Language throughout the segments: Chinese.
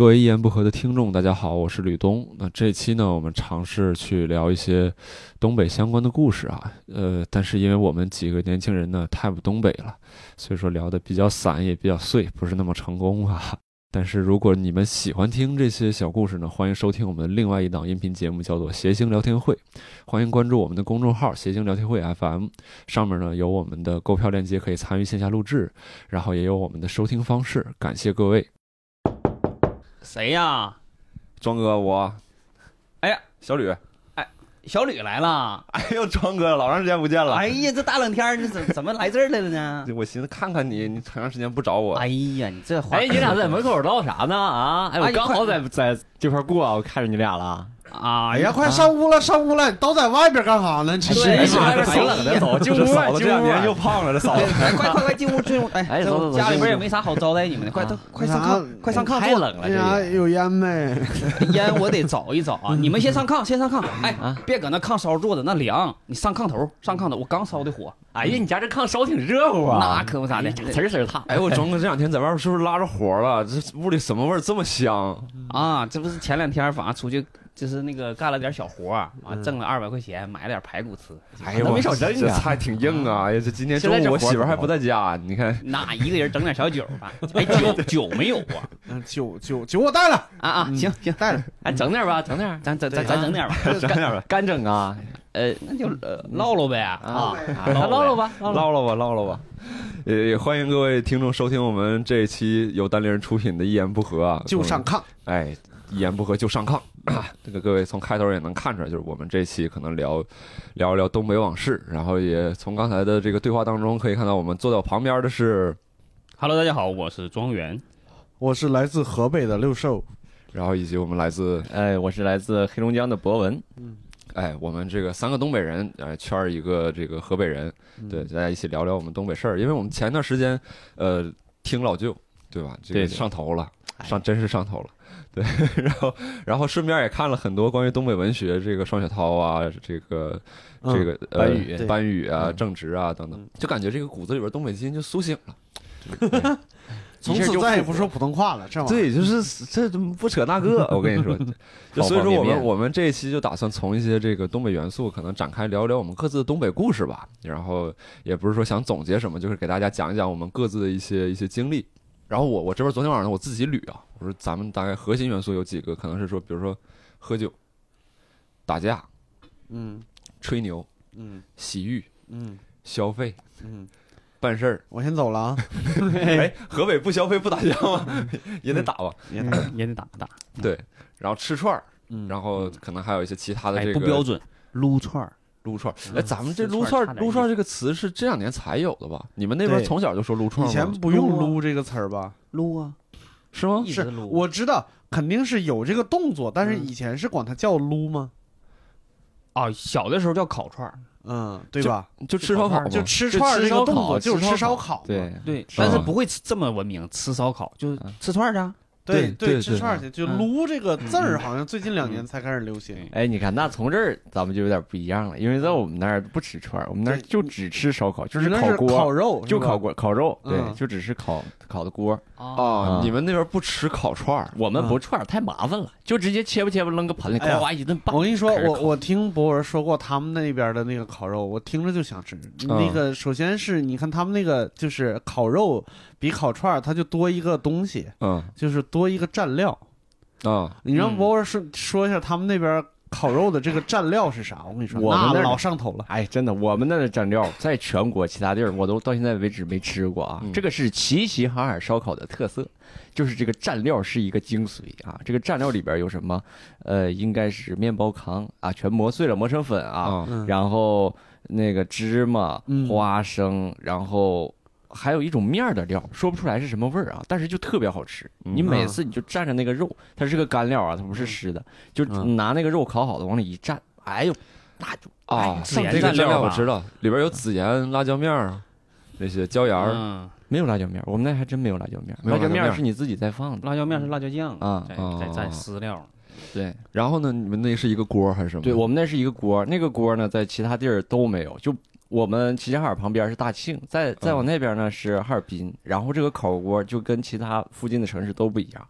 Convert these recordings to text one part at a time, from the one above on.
各位一言不合的听众，大家好，我是吕东。那这期呢，我们尝试去聊一些东北相关的故事啊，但是因为我们几个年轻人呢太不东北了，所以说聊得比较散，也比较碎，不是那么成功啊。但是如果你们喜欢听这些小故事呢，欢迎收听我们另外一档音频节目，叫做谐星聊天会。欢迎关注我们的公众号谐星聊天会 FM， 上面呢有我们的购票链接，可以参与线下录制，然后也有我们的收听方式。感谢各位。 谁呀？ 庄哥，我。 哎呀， 小吕。 哎，小吕来了。 哎呦，庄哥，老长时间不见了。 哎呀，这大冷天你怎么来这儿来了呢？ 我寻思看看你很长时间不找我。 哎呀，你这话。 哎，你俩在门口唠啥呢？啊，哎，我刚好在这块过，我看着你俩了。 哎呀，快上屋了，上屋了！你都在外边干啥呢？ 是外边挺冷的，走进屋。 嫂子这2年又胖了，这嫂子。 快进屋，进屋！哎，走，家里边也没啥好招待你们的，快上炕，快上炕坐。 太冷了， 这有烟没？ 烟我得找一找啊！你们先上炕，先上炕。哎，别搁那炕烧坐着，那凉。你上炕头，上炕头，我刚烧的火。 哎呀，你家这炕烧挺热乎啊！ 那可不咋的， 呲呲烫。 哎，我庄哥这2天在外边是不是拉着火了？这屋里什么味儿这么香啊？这不是前2天反正出去。就是那个干了点小活啊，挣了200块钱，买了点排骨吃。 哎呀， 没少挣啊！ 这菜挺硬啊！哎呀，这今天中午我媳妇还不在家，你看那一个人整点小酒吧。哎，酒没有啊？ 酒我带了啊！行带了。 哎，整点吧，整点，咱整点吧， 整点吧， 干整啊！ 那就唠唠呗啊， 唠吧。 也欢迎各位听众收听我们这一期由单立人出品的《一言不合》啊， 就上炕。 哎，一言不合就上炕。这个各位从开头也能看出来，就是我们这一期可能聊一聊东北往事，然后也从刚才的这个对话当中可以看到，我们坐在我旁边的是 ，Hello， 大家好，我是庄园， 我是来自河北的六兽， 然后以及我们来自我是来自黑龙江的博文， 我们这个3个东北人，圈一个这个河北人，对，大家一起聊聊我们东北事儿，因为我们前一段时间听老舅，对吧？这个上头了，真是上头了。对，然后顺便也看了很多关于东北文学，这个双雪涛啊，这个班宇啊，郑直啊等等，就感觉这个骨子里边东北基因就苏醒了。 从此再也不说普通话了，这对，就是这不扯那个，我跟你说，就所以说我们这一期就打算从一些这个东北元素，可能展开聊聊我们各自的东北故事吧。然后也不是说想总结什么，就是给大家讲一讲我们各自的一些经历。然后我这边昨天晚上我自己捋啊，我说咱们大概核心元素有几个，可能是说，比如说喝酒、打架、吹牛、洗浴、消费、办事儿。 我先走了啊！ 哎，河北不消费不打架吗？也得打吧， 也得打。 对，然后吃串儿，然后可能还有一些其他的这个不标准撸串儿。 哎，咱们这撸串这个词是这2年才有的吧？你们那边从小就说撸串吗？ 以前不用撸这个词儿吧？ 撸啊， 是吗？ 是，我知道肯定是有这个动作，但是以前是管它叫撸吗？ 啊，小的时候叫烤串儿， 对吧？ 就吃烧烤， 就吃串儿这个动作就是吃烧烤， 对，但是不会这么文明，吃烧烤就是吃串儿去啊。 对，吃串去就撸这个字儿，好像最近2年才开始流行。 哎，你看，那从这儿咱们就有点不一样了，因为在我们那儿不吃串，我们那儿就只吃烧烤，就是烤锅、 烤肉， 就烤肉，对，就只是烤的锅。 你们那边不吃烤串， 我们不串太麻烦了，就直接切吧扔个盆里，呱一顿拌。 我跟你说，我听博文说过他们那边的那个烤肉，我听着就想吃。那个首先是你看他们那个就是烤肉比烤串它就多一个东西，就是多一个蘸料。你让博文说一下他们那边烤肉的这个蘸料是啥？我跟你说， 我们那老上头了。 哎，真的，我们那的蘸料在全国其他地儿我都到现在为止没吃过啊。这个是齐齐哈尔烧烤的特色，就是这个蘸料是一个精髓啊。这个蘸料里边有什么？应该是面包糠啊，全磨碎了磨成粉啊，然后那个芝麻、花生，然后还有一种面的料，说不出来是什么味儿啊，但是就特别好吃。你每次你就蘸着那个肉，它是个干料啊，它不是湿的，就拿那个肉烤好的往里一蘸，哎呦，那就孜然蘸料我知道，里边有孜然、辣椒面那些椒盐。 没有辣椒面，我们那还真没有辣椒面。辣椒面是你自己再放的， 辣椒面是辣椒酱啊， 再蘸饲料。 对， 然后呢，你们那是一个锅还是什么？ 对，我们那是一个锅，那个锅呢在其他地儿都没有，就我们齐齐哈尔旁边是大庆，再往那边呢是哈尔滨，然后这个烤锅就跟其他附近的城市都不一样，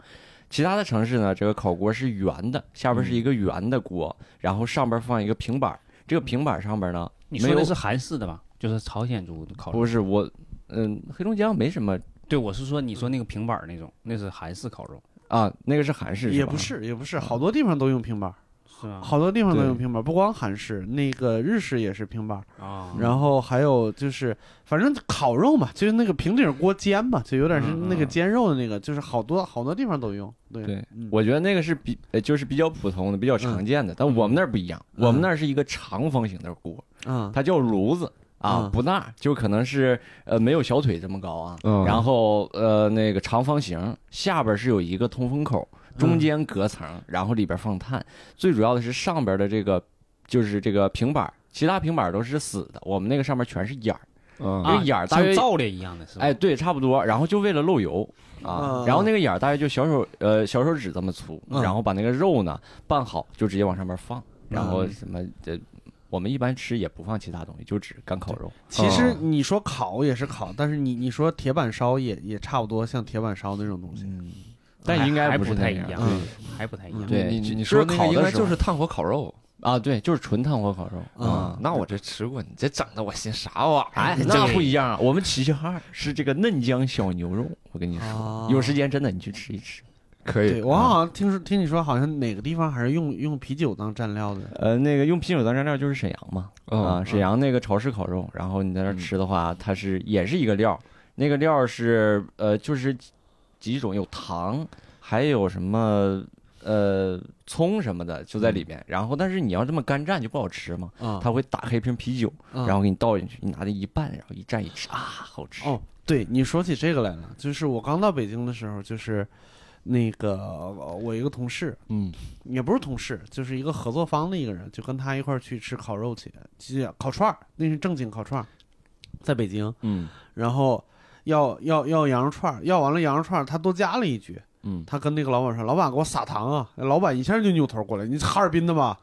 其他的城市呢，这个烤锅是圆的，下边是一个圆的锅，然后上边放一个平板，这个平板上边呢， 你说的是韩式的吧？就是朝鲜族的烤肉？ 不是我，黑龙江没什么。 对，我是说你说那个平板那种，那是韩式烤肉啊，那个是韩式， 也不是，好多地方都用平板。 是吧？ 好多地方都用平板，不光韩式，那个日式也是平板啊。 然后还有就是，反正烤肉嘛，就是那个平底锅煎嘛，就有点是那个煎肉的那个，就是好多地方都用。对， 我觉得那个是就是比较普通的、比较常见的，但我们那儿不一样，我们那儿是一个长方形的锅，它叫炉子。啊，不大，就可能是没有小腿这么高啊，然后那个长方形，下边是有一个通风口，中间隔层，然后里边放炭。最主要的是上边的这个就是这个平板，其他平板都是死的，我们那个上面全是眼儿，这个眼儿大约像灶烈一样的是吧？ 哎，对，差不多。然后就为了漏油啊，然后那个眼儿大约就小手指这么粗，然后把那个肉呢拌好，就直接往上面放，然后什么我们一般吃也不放其他东西，就只干烤肉。 其实你说烤也是烤，但是你说铁板烧也差不多像铁板烧那种东西， 但应该不是太一样，还不太一样。 对， 你说那个应该就是炭火烤肉啊，对，就是纯炭火烤肉啊。那我这吃过，你这整的我心啥玩意儿？ 哎，那不一样啊！我们齐齐哈尔是这个嫩江小牛肉，我跟你说，有时间真的你去吃一吃。 可以， 我好像听你说，好像哪个地方还是用啤酒当蘸料的。 那个用啤酒当蘸料就是沈阳嘛，沈阳那个潮式烤肉，然后你在那吃的话，它也是一个料，那个料是就是几种，有糖，还有什么葱什么的就在里边，然后但是你要这么干蘸就不好吃嘛，他会打开一瓶啤酒，然后给你倒进去，你拿那一拌，然后一蘸一吃啊，好吃。 哦，对，你说起这个来了，就是我刚到北京的时候，就是那个我一个同事，也不是同事，就是一个合作方的一个人，就跟他一块儿去吃烤肉去，烤串，那是正经烤串，在北京，然后要羊肉串，要完了羊肉串，他多加了一句，他跟那个老板说，老板给我撒糖啊，老板一下就扭头过来，你是哈尔滨的吧？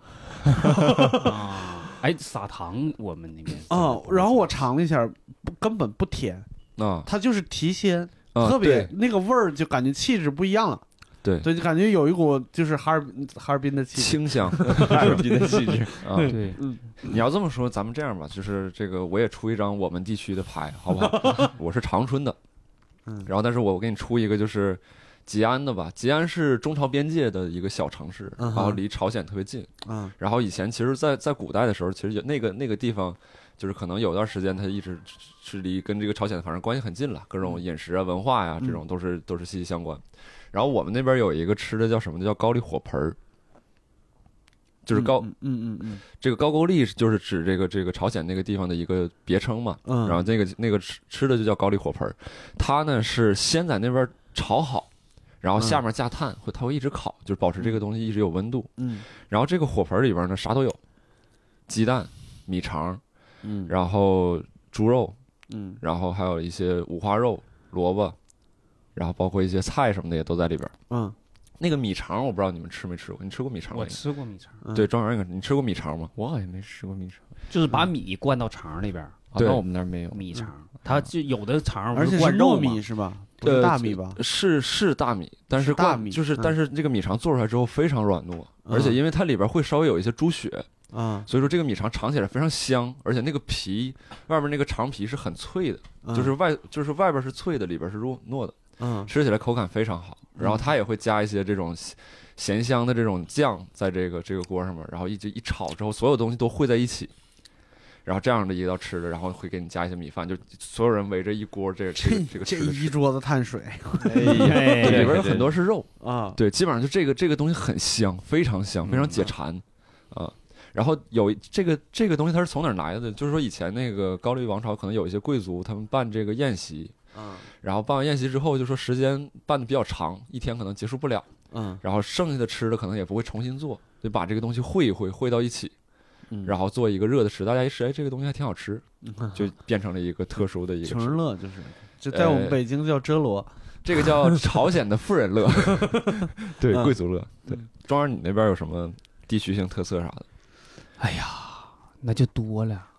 哎，撒糖我们那边然后我尝了一下，根本不甜啊，它就是提鲜。特别那个味儿，就感觉气质不一样了。 对， 就感觉有一股就是哈尔滨的气质， 清香， 哈尔滨的气质啊。对，你要这么说，咱们这样吧，就是这个我也出一张我们地区的牌，好不好？我是长春的，然后但是我给你出一个就是吉安的吧。吉安是中朝边界的一个小城市，然后离朝鲜特别近。然后以前其实在古代的时候，其实有那个地方。就是可能有段时间，它一直是离跟这个朝鲜反正关系很近了，各种饮食啊、文化呀，这种都是息息相关。然后我们那边有一个吃的叫什么？叫高丽火盆儿，就是这个高句丽就是指这个朝鲜那个地方的一个别称嘛。然后那个吃的就叫高丽火盆儿，它呢是先在那边炒好，然后下面加炭，它会一直烤，就是保持这个东西一直有温度。然后这个火盆里边呢啥都有，鸡蛋、米肠。然后猪肉，然后还有一些五花肉、萝卜，然后包括一些菜什么的也都在里边。那个米肠我不知道你们吃没吃过，你吃过米肠吗？ 我吃过米肠。 对，庄园你吃过米肠吗？ 我好像没吃过米肠， 就是把米灌到肠里边。 那我们那儿没有米肠，它就有的肠而且是糯米是吧？不是大米吧？ 是大米，但是但是这个米肠做出来之后非常软糯，而且因为它里边会稍微有一些猪血。所以说这个米肠尝起来非常香，而且那个皮外面那个肠皮是很脆的，就是外边是脆的，里边是糯的，吃起来口感非常好。然后它也会加一些这种咸香的这种酱在这个锅上面，然后一炒之后，所有东西都汇在一起，然后这样的一道吃的，然后会给你加一些米饭，就所有人围着一锅这个一桌子碳水， 里边有很多是肉啊，对，基本上就这个东西很香，非常香，非常解馋啊。然后有这个东西它是从哪儿来的？就是说以前那个高丽王朝可能有一些贵族他们办这个宴席，然后办完宴席之后就说时间办的比较长，一天可能结束不了，然后剩下的吃的可能也不会重新做，就把这个东西烩到一起，然后做一个热的吃，大家一吃，哎，这个东西还挺好吃，就变成了一个特殊的一个穷人乐，就在我们北京叫遮罗， 这个叫朝鲜的富人乐，对，贵族乐。对，庄园你那边有什么地区性特色啥的？ 哎呀，那就多了。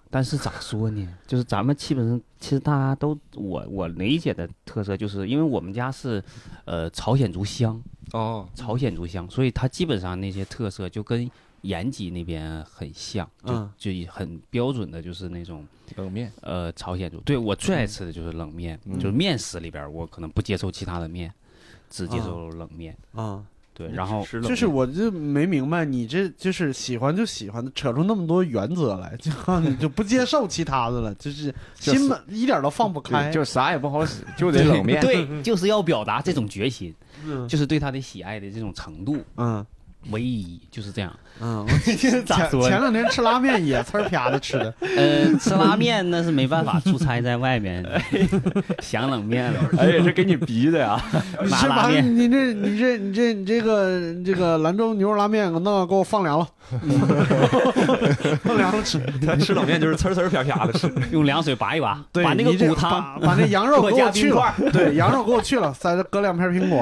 但是咋说呢？就是咱们基本上，其实大家都我理解的特色，就是因为我们家是，朝鲜族乡朝鲜族乡，所以它基本上那些特色就跟延吉那边很像，就很标准的，就是那种冷面。 朝鲜族，对我最爱吃的就是冷面，就是面食里边我可能不接受其他的面，只接受冷面对，然后就是我就没明白，你这就是喜欢就喜欢，扯出那么多原则来，你就不接受其他的了，就是心本一点都放不开， 就啥也不好使，就得冷面。 对，就是要表达这种决心，就是对他的喜爱的这种程度，唯一就是这样。 前两天吃拉面也呲儿啪的吃的。 吃拉面那是没办法，出差在外面，想冷面了。 哎呀，这给你逼的呀！ 拿拉面， 你这个兰州牛肉拉面，那给我放凉了，放凉了吃。 他吃冷面就是呲儿啪啪的吃， 用凉水拔一拔， 对， 把那个骨汤， 把那羊肉给我去了，对，羊肉给我去了，再搁2片苹果。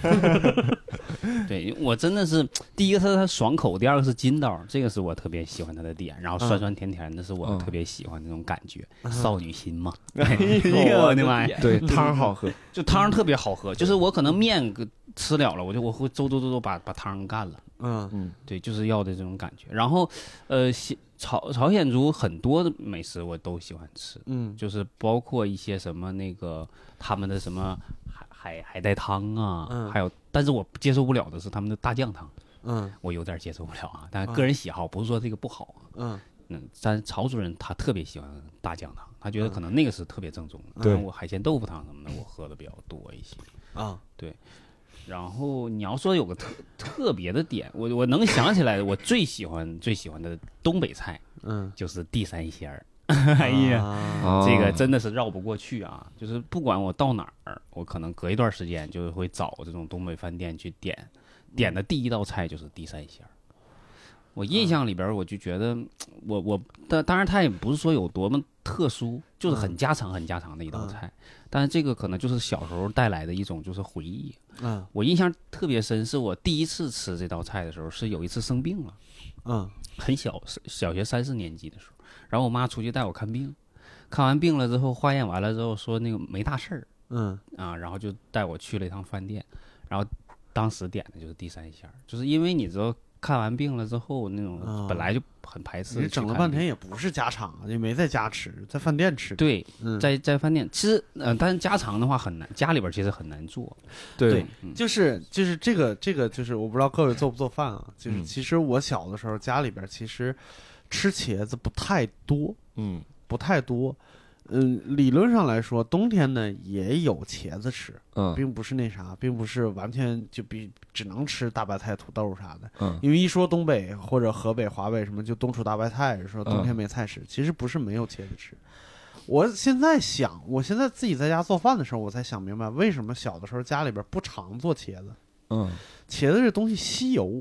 对，我真的是第一个是它爽口，第二个是筋道，这个是我特别喜欢它的点，然后酸酸甜甜的是我特别喜欢那种感觉，少女心嘛。哎呦我的妈呀！ 对，汤好喝， 就汤特别好喝，就是我可能面吃了，我会周把汤干了。对，就是要的这种感觉。然后朝鲜族很多的美食我都喜欢吃，就是包括一些什么那个他们的什么海带汤啊，还有，但是我接受不了的是他们的大酱汤，我有点接受不了啊，但个人喜好，不是说这个不好，但朝族人他特别喜欢大酱汤，他觉得可能那个是特别正宗的。对，我海鲜豆腐汤什么的我喝的比较多一些对。然后你要说有个特别的点，我能想起来我最喜欢的东北菜，就是地三鲜儿。哎呀，这个真的是绕不过去啊！就是不管我到哪儿，我可能隔一段时间就会找这种东北饭店去点的第一道菜就是地三鲜儿。我印象里边，我就觉得当然它也不是说有多么特殊，就是很家常的一道菜。但是这个可能就是小时候带来的一种就是回忆。我印象特别深，是我第一次吃这道菜的时候，是有一次生病了。很小学3、4年级的时候，然后我妈出去带我看病，看完病了之后，化验完了之后说那个没大事儿。然后就带我去了一趟饭店，然后当时点的就是地三鲜儿，就是因为你知道。看完病了之后，那种本来就很排斥。 你整了半天也不是家常，也没在家吃，在饭店吃。 对，在饭店。其实，但是家常的话很难，家里边其实很难做。 对，就是这个就是我不知道各位做不做饭啊。就是其实我小的时候家里边其实吃茄子不太多，不太多。理论上来说，冬天呢也有茄子吃，并不是那啥，并不是完全就只能吃大白菜、土豆啥的。因为一说东北或者河北、华北什么，就冬储大白菜，说冬天没菜吃，其实不是没有茄子吃。我现在自己在家做饭的时候，我才想明白为什么小的时候家里边不常做茄子。茄子这东西吸油，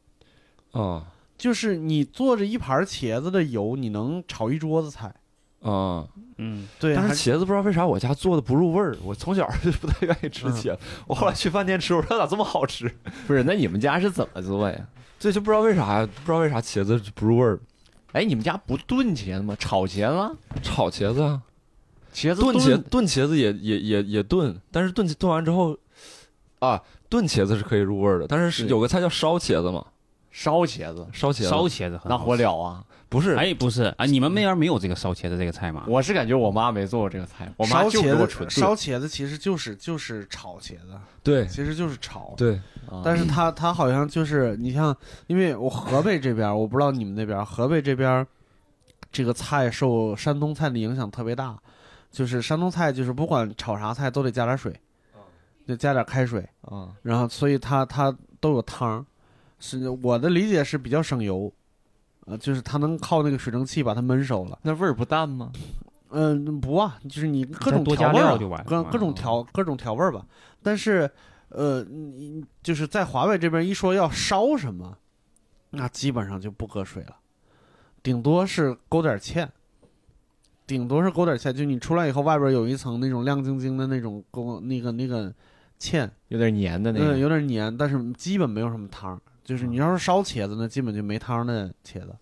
就是你做着一盘茄子的油，你能炒一桌子菜。对。 但是茄子不知道为啥我家做的不入味儿，我从小就不太愿意吃茄子。我后来去饭店吃，我说咋这么好吃？ 不是，那你们家是怎么做呀？ 这就不知道为啥茄子不入味儿。 哎，你们家不炖茄子吗？炒茄子？ 炒茄子啊， 茄子炖茄子也炖，但是炖完之后炖茄子是可以入味儿的，但是有个菜叫烧茄子嘛。 烧茄子那火燎啊？ 不是， 不是啊，你们那边没有这个烧茄子这个菜吗？ 我是感觉我妈没做过这个菜，我妈就给我纯炖。 烧茄子其实就是炒茄子， 对， 其实就是炒， 对。 但是它好像就是你像，因为我河北这边，我不知道你们那边，河北这边这个菜受山东菜的影响特别大，就是山东菜就是不管炒啥菜都得加点水，就加点开水然后所以它都有汤。是我的理解是比较省油，就是它能靠那个水蒸气把它焖熟了。 那味儿不淡吗？ 不啊，就是你各种调味儿，各种调味儿吧。但是就是在华北这边一说要烧什么，那基本上就不搁水了，顶多是勾点芡，就你出来以后外边有一层那种亮晶晶的那种那个芡， 有点黏的那个， 有点黏，但是基本没有什么汤。就是你要是烧茄子呢，基本就没汤的茄子。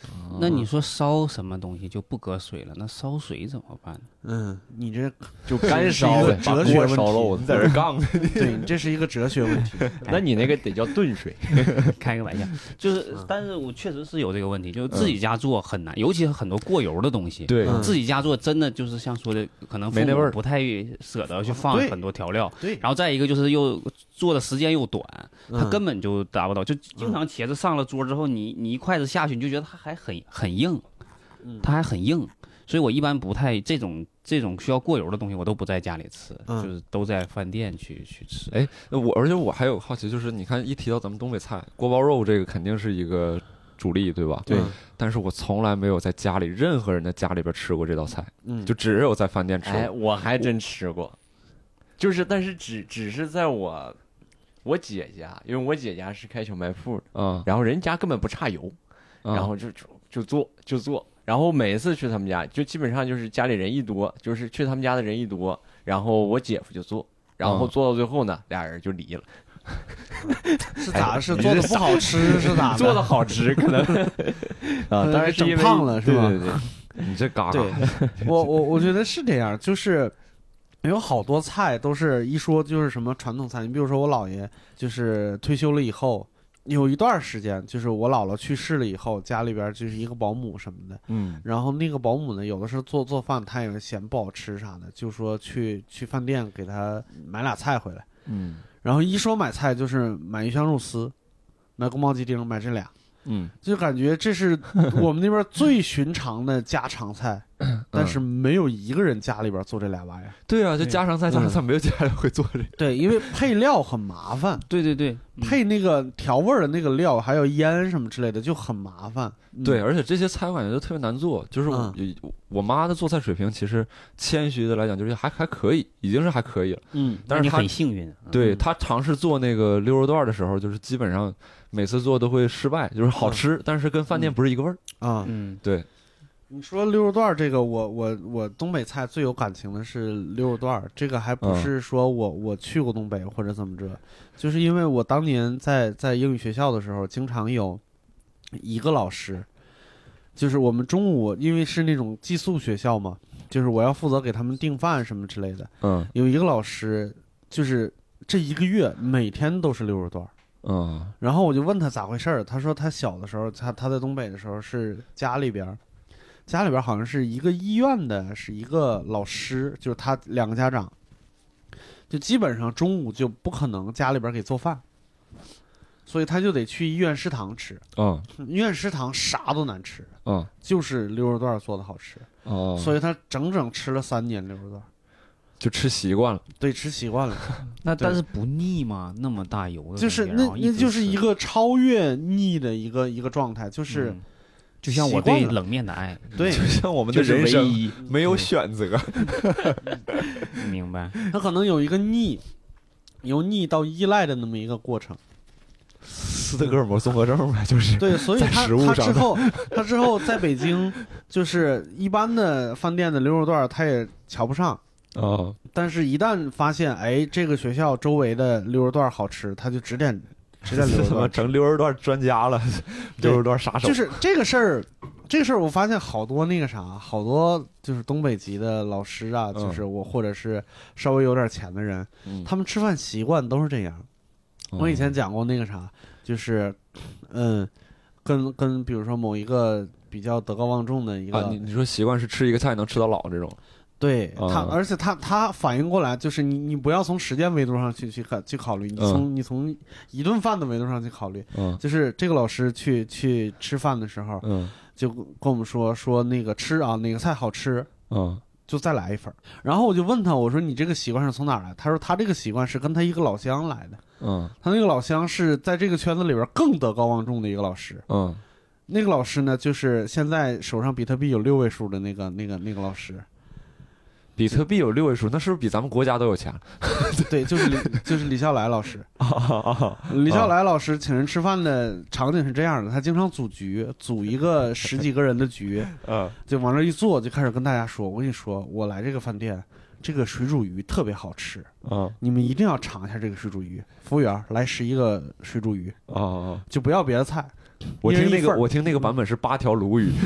那你说烧什么东西就不搁水了？那烧水怎么办？ 你这就干烧的哲学问题， 你在这杠的， 对，这是一个哲学问题。 那你那个得叫炖水， 开个玩笑，就是，但是我确实是有这个问题，就是自己家做很难，尤其是很多过油的东西， 对， 自己家做真的就是像说的，可能父母不太舍得去放很多调料， 对， 然后再一个就是又做的时间又短，它根本就达不到，就经常茄子上了桌之后，你一筷子下去，你就觉得它还很硬，它还很硬，所以我一般不太这种需要过油的东西，我都不在家里吃，就是都在饭店去吃。 哎，而且我还有好奇，就是你看一提到咱们东北菜，锅包肉这个肯定是一个主力，对吧？ 对。 但是我从来没有在家里任何人的家里边吃过这道菜，就只有在饭店吃过。 哎，我还真吃过，就是但是只是在我姐家，因为我姐家是开小卖铺的，然后人家根本不差油，然后就做。然后每一次去他们家，就基本上就是家里人一多，就是去他们家的人一多，然后我姐夫就做，然后做到最后呢，俩人就离了。 是咋？是做的不好吃是咋？ 做的好吃可能啊，当然是整胖了是吧？ 对， 你这嘎嘎。 我觉得是这样，就是有好多菜都是一说就是什么传统菜，你比如说我姥爷就是退休了以后。有一段时间，就是我姥姥去世了以后，家里边就是一个保姆什么的，然后那个保姆呢，有的时候做饭，她也嫌不好吃啥的，就说去饭店给她买俩菜回来，然后一说买菜就是买鱼香肉丝，买宫保鸡丁，买这俩，就感觉这是我们那边最寻常的家常菜，但是没有一个人家里边做这俩玩意儿。 对啊，这家常菜没有家里会做这。 对，因为配料很麻烦。 对， 配那个调味的那个料，还有腌什么之类的，就很麻烦。 对，而且这些菜我感觉都特别难做。就是我妈的做菜水平，其实谦虚的来讲，就是还可以，已经是还可以了。但是你很幸运。 对，她尝试做那个溜肉段的时候，就是基本上每次做都会失败，就是好吃，但是跟饭店不是一个味儿啊。 对。 你说溜肉段这个，我东北菜最有感情的是溜肉段，这个还不是说我去过东北或者怎么着，就是因为我当年在英语学校的时候，经常有一个老师，就是我们中午因为是那种寄宿学校嘛，就是我要负责给他们订饭什么之类的，有一个老师就是这一个月每天都是溜肉段。然后我就问他咋回事，他说他小的时候，他在东北的时候是家里边好像是一个医院的，是一个老师，就是他两个家长，就基本上中午就不可能家里边给做饭，所以他就得去医院食堂吃。医院食堂啥都难吃，就是溜肉段做的好吃。所以他整整吃了3年溜肉段， 就吃习惯了。 对，吃习惯了。 那但是不腻吗？那么大油的， 就是那就是一个超越腻的一个状态，就是。 就像我对冷面的爱， 对， 就像我们的人生没有选择。 明白。 它可能有一个由腻到依赖的那么一个过程。 斯德哥尔摩综合症呗，就是对，所以他之后在北京，就是一般的饭店的溜肉段他也瞧不上但是一旦发现这个学校周围的溜肉段好吃，他就指点溜肉段， 成溜肉段专家了，溜肉段杀手。 就是这个事儿，我发现好多好多就是东北籍的老师啊，就是我或者是稍微有点钱的人，他们吃饭习惯都是这样。我以前讲过就是跟比如说某一个比较德高望重的一个你说习惯是吃一个菜能吃到老这种。 对他，而且他反应过来，就是你不要从时间维度上去考虑，你从一顿饭的维度上去考虑。就是这个老师去吃饭的时候，就跟我们说那个吃啊，哪个菜好吃，就再来一份。然后我就问他，我说你这个习惯是从哪儿来？他说他这个习惯是跟他一个老乡来的。他那个老乡是在这个圈子里边更德高望重的一个老师。那个老师呢，就是现在手上比特币有6位数的那个老师。 比特币有6位数，那是不是比咱们国家都有钱？ 对，就是李笑来老师。李笑来老师请人吃饭的场景是这样的，他经常组局，组一个10几个人的局，就往那一坐，就开始跟大家说：“我跟你说，我来这个饭店，这个水煮鱼特别好吃，你们一定要尝一下这个水煮鱼。服务员来11个水煮鱼，就不要别的菜。” 我听那个版本是8条鲈鱼。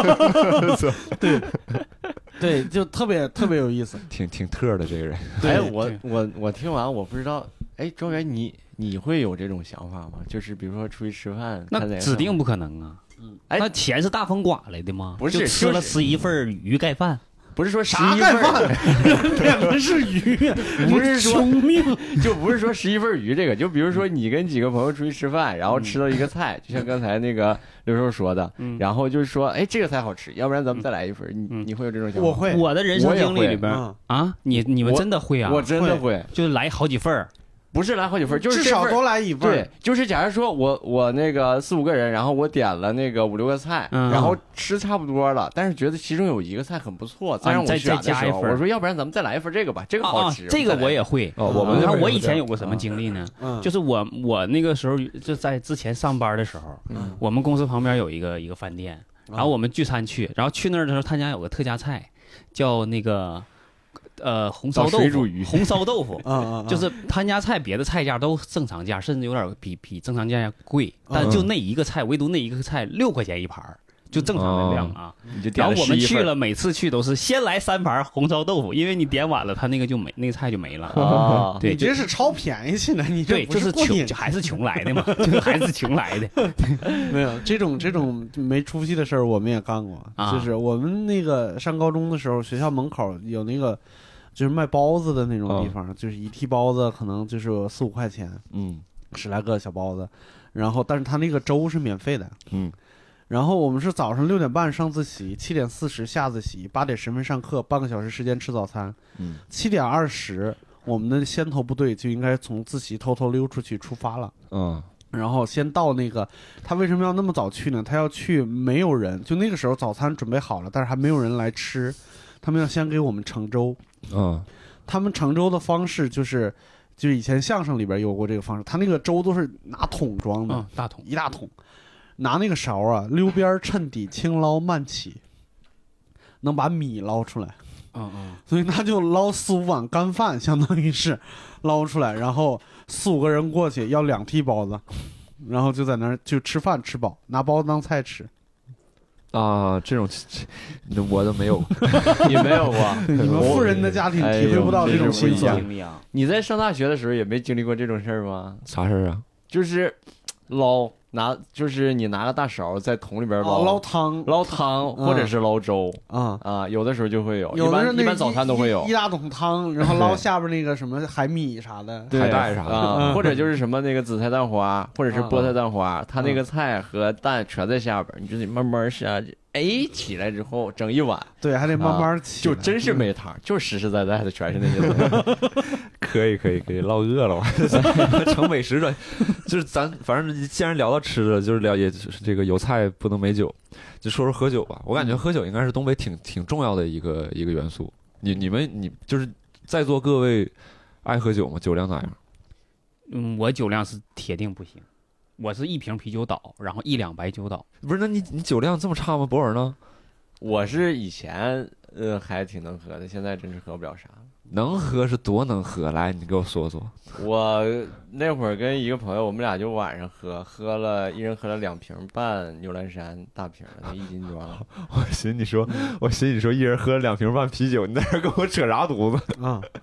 对，就特别有意思， 挺特的这个人。 哎，我听完我不知道，哎，庄园你会有这种想法吗？就是比如说出去吃饭， 那指定不可能啊。 哎， 那钱是大风刮来的吗？ 不是， 吃了11份鱼盖饭。 不是说啥盖饭，两个是鱼， 不是说命， 就不是说11份鱼这个，就比如说你跟几个朋友出去吃饭，然后吃到一个菜，就像刚才那个刘寿说的，然后就是说，哎，这个菜好吃，要不然咱们再来一份。你会有这种想法？ 我会， 我的人生经历里边啊，你们真的会啊？ 我真的会， 就是来好几份。 不是来好几份，就是至少多来一份。 对，就是假如说我那个4、5个人，然后我点了那个5、6个菜，然后吃差不多了，但是觉得其中有一个菜很不错，再让我选的时候，我说要不然咱们再来一份这个吧，这个好吃。 这个我也会。我以前有过什么经历呢？就是我那个时候就在之前上班的时候，我们公司旁边有一个饭店，然后我们聚餐去，然后去那儿的时候，他家有个特价菜，叫那个。红烧豆腐，红烧豆腐，就是他家菜，别的菜价都正常价，甚至有点比正常价贵，但就那一个菜，唯独那一个菜6块钱一盘，就正常的量啊。然后我们去了，每次去都是先来3盘红烧豆腐，因为你点晚了，他那个就没，那个菜就没了啊。对， 你这是超便宜去了，你对，就是穷，还是穷来的嘛，就是还是穷来的。 没有这种没出息的事儿，我们也干过。就是我们那个上高中的时候，学校门口有那个。就是卖包子的那种地方，就是一屉包子可能就是4、5块钱，10来个小包子，然后但是他那个粥是免费的，然后我们是早上6点半上自习，7点40下自习，8点10分上课，半个小时时间吃早餐，7点20我们的先头部队就应该从自习偷偷溜出去出发了，然后先到那个，他为什么要那么早去呢？他要去没有人，就那个时候早餐准备好了，但是还没有人来吃，他们要先给我们盛粥。他们盛粥的方式就以前相声里边有过这个方式，他那个粥都是拿桶装的， 大桶一大桶，拿那个勺啊溜边衬底，轻捞慢起，能把米捞出来。所以他就捞4、5碗干饭，相当于是捞出来，然后4、5个人过去要2屉包子，然后就在那儿就吃饭吃饱，拿包子当菜吃。 这种我都没有， 你没有过， 你们富人的家庭体会不到这种辛酸。 你在上大学的时候也没经历过这种事儿吗？ 啥事儿啊？ 就是就是你拿个大勺在桶里边捞汤， 或者是捞粥有的时候就会有，一般早餐都会有一大桶汤，然后捞下边那个什么海米啥的， 海带啥的或者就是什么那个紫菜蛋花，或者是菠菜蛋花，它那个菜和蛋全在下边，你就得慢慢下去。起来之后整一碗， 对，还得慢慢起， 就真是没汤，就实实在在的全是那些东西。可以，唠饿了我，成美食了。就是咱反正既然聊到吃的，就是也这个有菜不能没酒，就说说喝酒吧。我感觉喝酒应该是东北挺重要的一个元素。你就是在座各位爱喝酒吗？酒量咋样？ 我酒量是铁定不行。我是1瓶啤酒倒，然后1两白酒倒。 不是，那你酒量这么差吗？博尔呢？ 我是以前还挺能喝的，现在真是喝不了啥。 能喝是多能喝？来，你给我说说。 我那会儿跟一个朋友，我们俩就晚上喝了，一人喝了2瓶半牛栏山大瓶的，那1斤装。 我寻你说，一人喝了2瓶半啤酒，你在这跟我扯啥犊子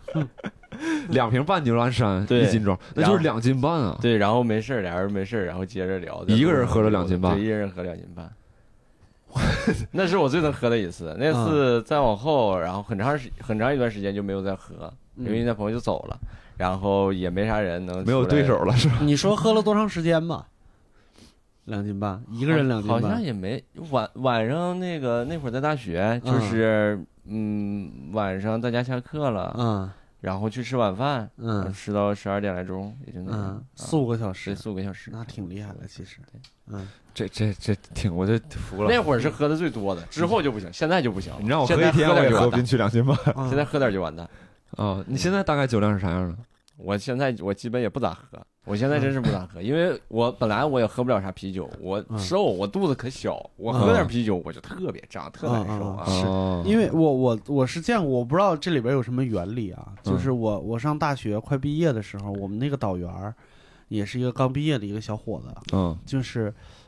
？2瓶半牛栏山，1斤装，那就是2斤半啊。 对，然后没事，俩人没事，然后接着聊。 一个人喝了2斤半， 对，一人喝2斤半。那是我最能喝的一次。那次再往后，然后很长一段时间就没有再喝，因为那朋友就走了，然后也没啥人能， 没有对手了，是吧？ 你说喝了多长时间吧？2斤半，一个人2斤半， 好像也没晚上那会儿在大学，就是晚上大家下课了，然后去吃晚饭，吃到12点来钟，也就那 4、5个小时 ，4、5个小时， 那挺厉害的，其实。 这挺，我就服了。 那会儿是喝的最多的，之后就不行，现在就不行。 你让我喝一天，我也喝不进去2斤半。 现在喝点就完蛋。 你现在大概酒量是啥样的？ 我现在基本也不咋喝，我现在真是不咋喝，因为我本来我也喝不了啥啤酒，我瘦，我肚子可小，我喝点啤酒我就特别胀，特难受啊。 是因为我是这样，我不知道这里边有什么原理啊，就是我上大学快毕业的时候，我们那个导员也是一个刚毕业的一个小伙子，就是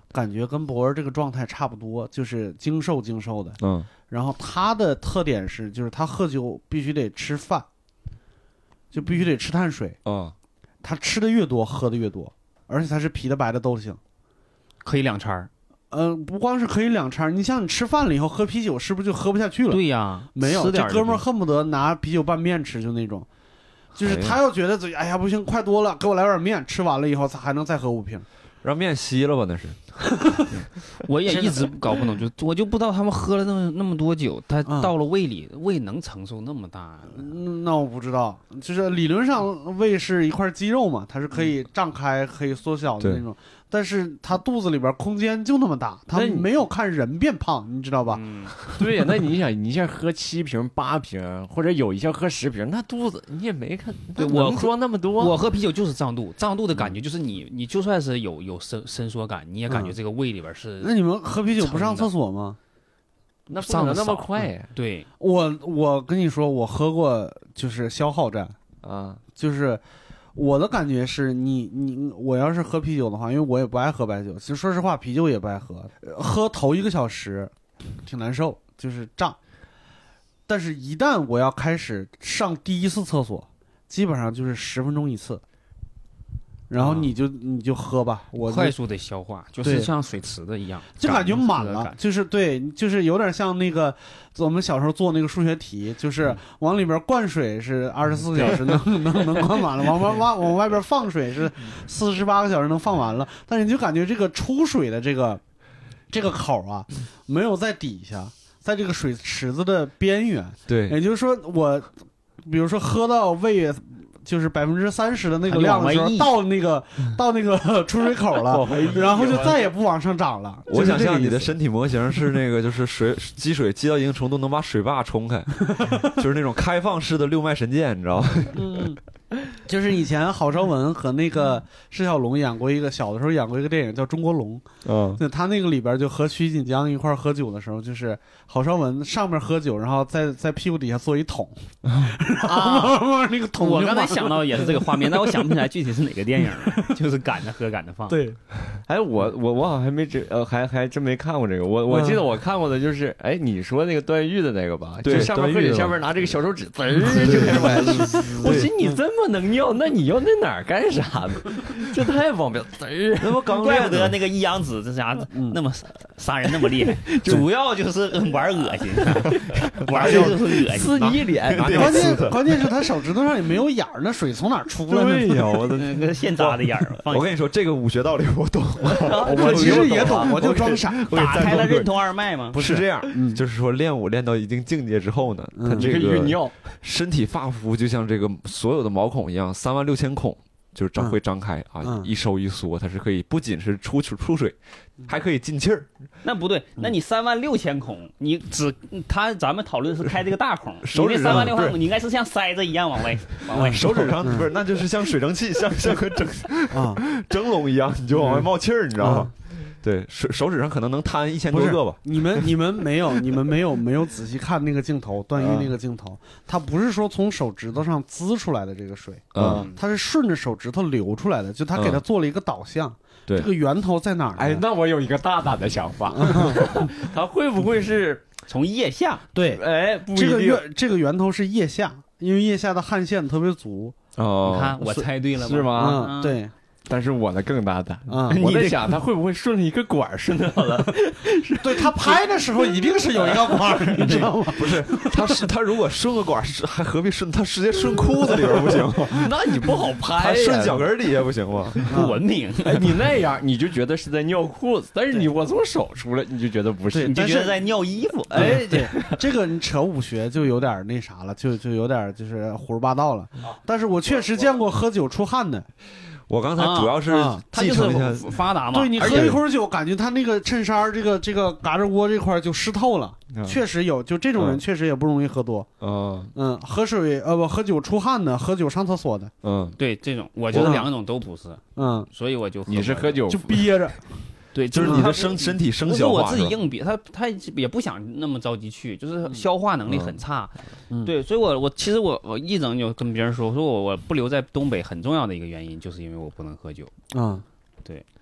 感觉跟博儿这个状态差不多，就是精瘦的。然后他的特点是，就是他喝酒必须得吃饭，就必须得吃碳水。他吃的越多，喝的越多，而且他是啤的白的都行， 可以2餐。 不光是可以2餐，你像你吃饭了以后喝啤酒，是不是就喝不下去了？ 对呀， 没有，这哥们儿恨不得拿啤酒拌面吃，就那种，就是他要觉得嘴，哎呀不行，快多了，给我来碗面，吃完了以后他还能再喝5瓶， 让面稀了吧那是。 我也一直搞不懂，我就不知道他们喝了那么多酒，他到了胃里，胃能承受那么大？ 那我不知道，就是理论上胃是一块肌肉嘛，它是可以胀开、可以缩小的那种。但是他肚子里边空间就那么大，他没有看人变胖，你知道吧？ 对呀，那你想，你一下喝7瓶、8瓶，或者有一下喝10瓶，那肚子你也没看。 对， 我喝那么多， 我喝啤酒就是胀肚的感觉，就是你就算是有伸缩感，你也感觉这个胃里边是。 那你们喝啤酒不上厕所吗？ 那上的那么快呀？ 对， 我跟你说，我喝过就是消耗战啊，就是我的感觉是我要是喝啤酒的话，因为我也不爱喝白酒，其实说实话啤酒也不爱喝，喝头1个小时挺难受，就是胀，但是一旦我要开始上第一次厕所，基本上就是10分钟一次。然后你就喝吧，我快速的消化，就是像水池的一样， 就感觉满了，就是对，就是有点像那个我们小时候做那个数学题，就是往里边灌水是24个小时能灌满了，往外边放水是48个小时能放完了，但是你就感觉这个出水的这个口啊，没有在底下，在这个水池子的边缘， 对， 也就是说我比如说喝到胃。就是30%的那个量的时候，到那个出水口了，然后就再也不往上涨了。 我想象你的身体模型是那个，就是积水积到一定程度能把水坝冲开，就是那种开放式的六脉神剑，你知道吗？ 就是以前郝邵文和那个释小龙小的时候演过一个电影叫《中国龙》，他那个里边就和徐锦江一块喝酒的时候，就是郝邵文上面喝酒，然后在屁股底下做一桶，那个桶。 我刚才想到也是这个画面，但我想不起来具体是哪个电影了，就是赶着喝赶着放。 对， 哎，我好像还没还真没看过这个，我记得我看过的就是，哎，你说那个段誉的那个吧，就上面喝酒，下面拿这个小手指，就开始往下吃。我寻你这么能尿，那你要那哪儿干啥呢？这太方便了， 那么刚怪不得那个一阳指这家伙那么杀人那么厉害，主要就是玩恶心，玩就是恶心， 撕你一脸。 关键是他手指头上也没有眼儿，那水从哪儿出来呢？ 对呀，我的那个现扎的眼儿。 我跟你说，这个武学道理我懂， 我其实也懂，我就装傻。 打开了任督二脉吗？ 不是这样，就是说练武练到一定境界之后呢，他这个身体发肤就像这个所有的毛孔一样，36000孔。就是会张开啊，一收一缩，它是可以不仅是出水，还可以进气儿。 那不对，那你36000孔，你咱们讨论是开这个大孔， 手指上 36000孔，你应该是像塞子一样往外。 手指上不是，那就是像水蒸气，像个蒸笼一样，你就往外冒气儿，你知道吗？对，手指上可能能摊1000多个吧。 你们没有仔细看那个镜头，段誉那个镜头，它不是说从手指头上滋出来的这个水，它是顺着手指头流出来的，就他给它做了一个导向。 对， 这个源头在哪儿？ 哎，那我有一个大胆的想法，它会不会是从腋下？ 对， 哎，不一定。 这个源头是腋下，因为腋下的汗腺特别足。 哦，你看我猜对了吗？ 是吗？ 对。 但是我的更大胆我在想他会不会顺着一个管顺到了？ 对，他拍的时候一定是有一个管，你知道吗？ 不是，他如果顺个管，还何必顺？他直接顺裤子里边不行吗？ 那你不好拍呀。 他顺脚跟底下不行吗？ 不文明。 哎，你那样你就觉得是在尿裤子，但是我从手出来，你就觉得不是， 你就觉得在尿衣服。 哎，对，这个你扯武学就有点那啥了，就有点就是胡说八道了。但是我确实见过喝酒出汗的。 我刚才主要是继承一下发达嘛， 对，你喝一口酒，感觉他那个衬衫这个嘎吱窝这块就湿透了，确实有，就这种人确实也不容易喝多。喝酒出汗的，喝酒上厕所的， 对，这种我觉得2种都不是，所以我就你是喝酒就憋着。 对， 就是你的身体生消化， 不是我自己硬憋，他也不想那么着急去，就是消化能力很差。对，所以我其实我一整就跟别人说我不留在东北很重要的一个原因，就是因为我不能喝酒。 对。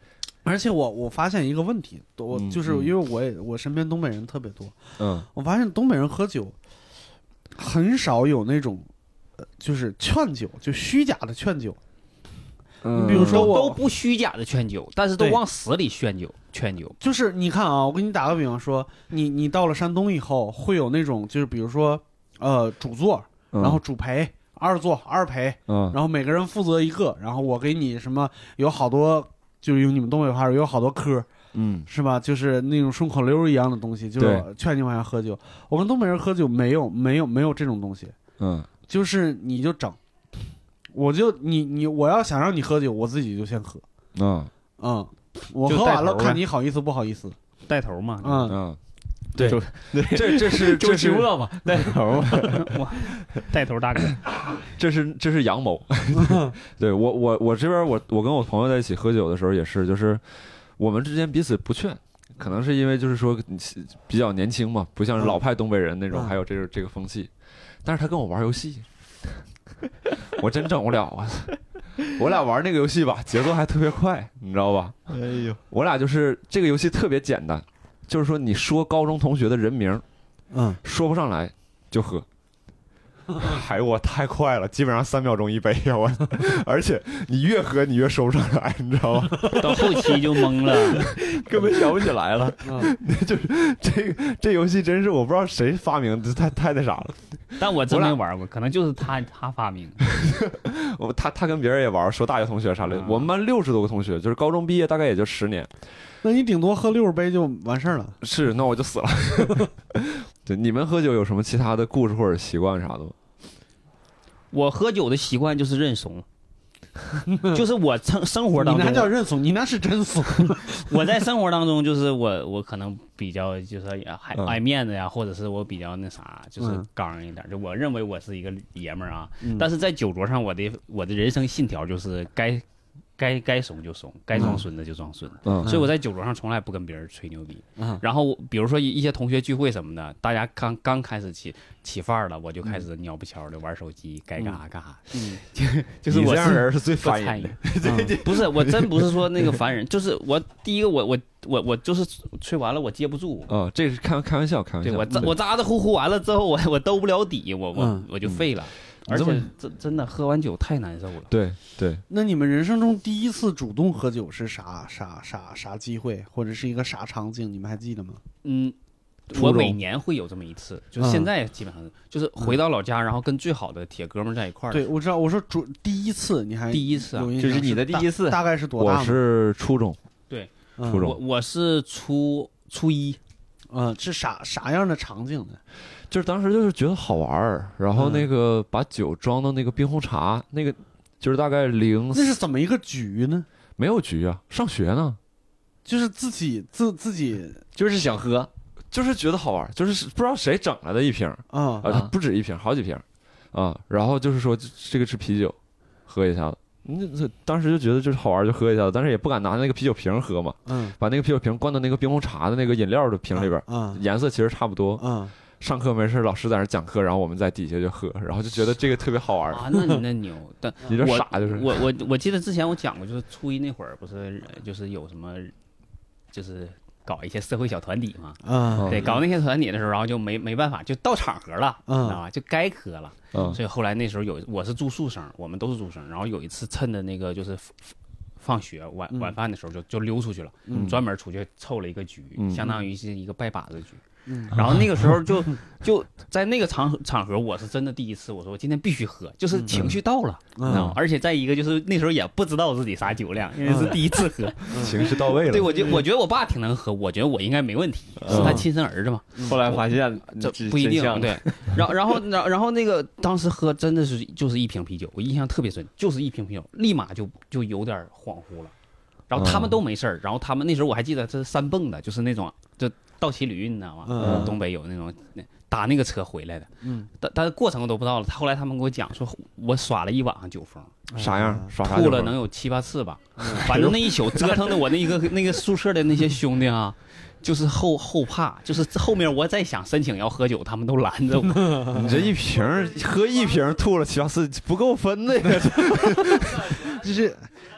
而且我发现一个问题，我就是因为我身边东北人特别多，我发现东北人喝酒很少有那种就是劝酒，就虚假的劝酒。比如说都不虚假的劝酒，但是都往死里劝酒。 就是你看啊，我给你打个比方说，你到了山东以后，会有那种就是比如说主座，然后主陪，二座二陪，然后每个人负责一个，然后我给你什么有好多，就是用你们东北话有好多科，是吧？就是那种顺口溜一样的东西，就是劝你晚上喝酒。我跟东北人喝酒没有这种东西，就是你就整。我要想让你喝酒，我自己就先喝。我喝完了看你好意思不好意思， 带头嘛。 对，这是嘛，带头哇，带头大哥， 这是阳谋。对我这边我跟我朋友在一起喝酒的时候也是，就是我们之间彼此不劝，可能是因为就是说比较年轻嘛，不像是老派东北人那种，还有这个风气。但是他跟我玩游戏。我真整不了啊！我俩玩那个游戏吧，节奏还特别快，你知道吧？哎呦，我俩就是这个游戏特别简单，就是说你说高中同学的人名，说不上来就喝。哎，我太快了，基本上3秒钟一杯呀！我，而且你越喝你越说不上来，你知道吗？ 到后期就懵了， 根本想不起来了。就是这游戏真是我不知道谁发明的，太那啥了。 但我真没玩过，可能就是他发明的。 他跟别人也玩，说大学同学啥的。我们班60多个同学，就是高中毕业大概也就10年。 那你顶多喝60杯就完事儿了。 是，那我就死了。对，你们喝酒有什么其他的故事或者习惯啥的吗？ 我喝酒的习惯就是认怂，就是我生活当中， 你那叫认怂，你那是真怂。 我在生活当中就是我可能比较就是爱面子呀，或者是我比较那啥，就是刚一点，就我认为我是一个爷们儿啊。但是在酒桌上，我的人生信条就是该怂就怂，该装孙子就装孙子。所以我在酒桌上从来不跟别人吹牛逼。然后比如说一些同学聚会什么的，大家刚开始起范儿了，我就开始鸟不悄的玩手机，该干啥干啥。就是我这样人是最烦人的。 不是，我真不是说那个烦人，就是我第一个我就是吹完了我接不住。 这是开玩笑。 对，我咋呼呼完了之后，我兜不了底，我就废了。而且真的喝完酒太难受了。 对。 那你们人生中第一次主动喝酒是啥机会，或者是一个啥场景？你们还记得吗？ 我每年会有这么一次，就是现在基本上就是回到老家，然后跟最好的铁哥们在一块儿。 对，我知道。我说第一次，你还第一次啊？ 就是你的第一次， 大概是多大？ 我是初中。 对， 初中。 我是初一。 是啥样的场景呢？ 就是当时就是觉得好玩儿，然后那个把酒装到那个冰红茶，那个就是大概那是怎么一个局呢？ 没有局啊，上学呢， 就是自己就是想喝， 就是觉得好玩，就是不知道谁整来的一瓶不止一瓶，好几瓶然后就是说这个是啤酒，喝一下子。当时就觉得就是好玩就喝一下，但是也不敢拿那个啤酒瓶喝嘛。把那个啤酒瓶灌到那个冰红茶的那个饮料的瓶里边，颜色其实差不多。上课没事，老师在那讲课，然后我们在底下就喝，然后就觉得这个特别好玩啊。那你那牛，但你这傻就是。 我记得之前我讲过，就是初一那会儿不是就是有什么，就是搞一些社会小团体嘛。对，搞那些团体的时候，然后就没办法，就到场合了，知道吧？就该喝了。所以后来那时候我是住宿生，我们都是住生，然后有一次趁着那个就是放学晚饭的时候就溜出去了，专门出去凑了一个局，相当于是一个拜把子局。然后那个时候就在那个场合，我是真的第一次，我说我今天必须喝，就是情绪到了，而且再一个就是那时候也不知道自己啥酒量，因为是第一次喝， 情绪到位了。 对，我觉得我爸挺能喝，我觉得我应该没问题，是他亲生儿子嘛。 后来发现这不一定，对。然后那个当时喝真的是就是一瓶啤酒，我印象特别深，就是一瓶啤酒，立马就有点恍惚了。然后他们都没事儿，然后他们那时候我还记得这是3蹦的，就是那种就倒骑驴，你知道吗？东北有那种打那个车回来的，但过程都不知道了。后来他们给我讲说，我耍了一晚上酒疯， 啥样？耍啥？ 吐了能有7、8次吧。反正那一宿折腾的我那个宿舍的那些兄弟啊，就是后怕，就是后面我再想申请要喝酒，他们都拦着我。 你这一瓶喝一瓶吐了7、8次不够分的呀， 就是。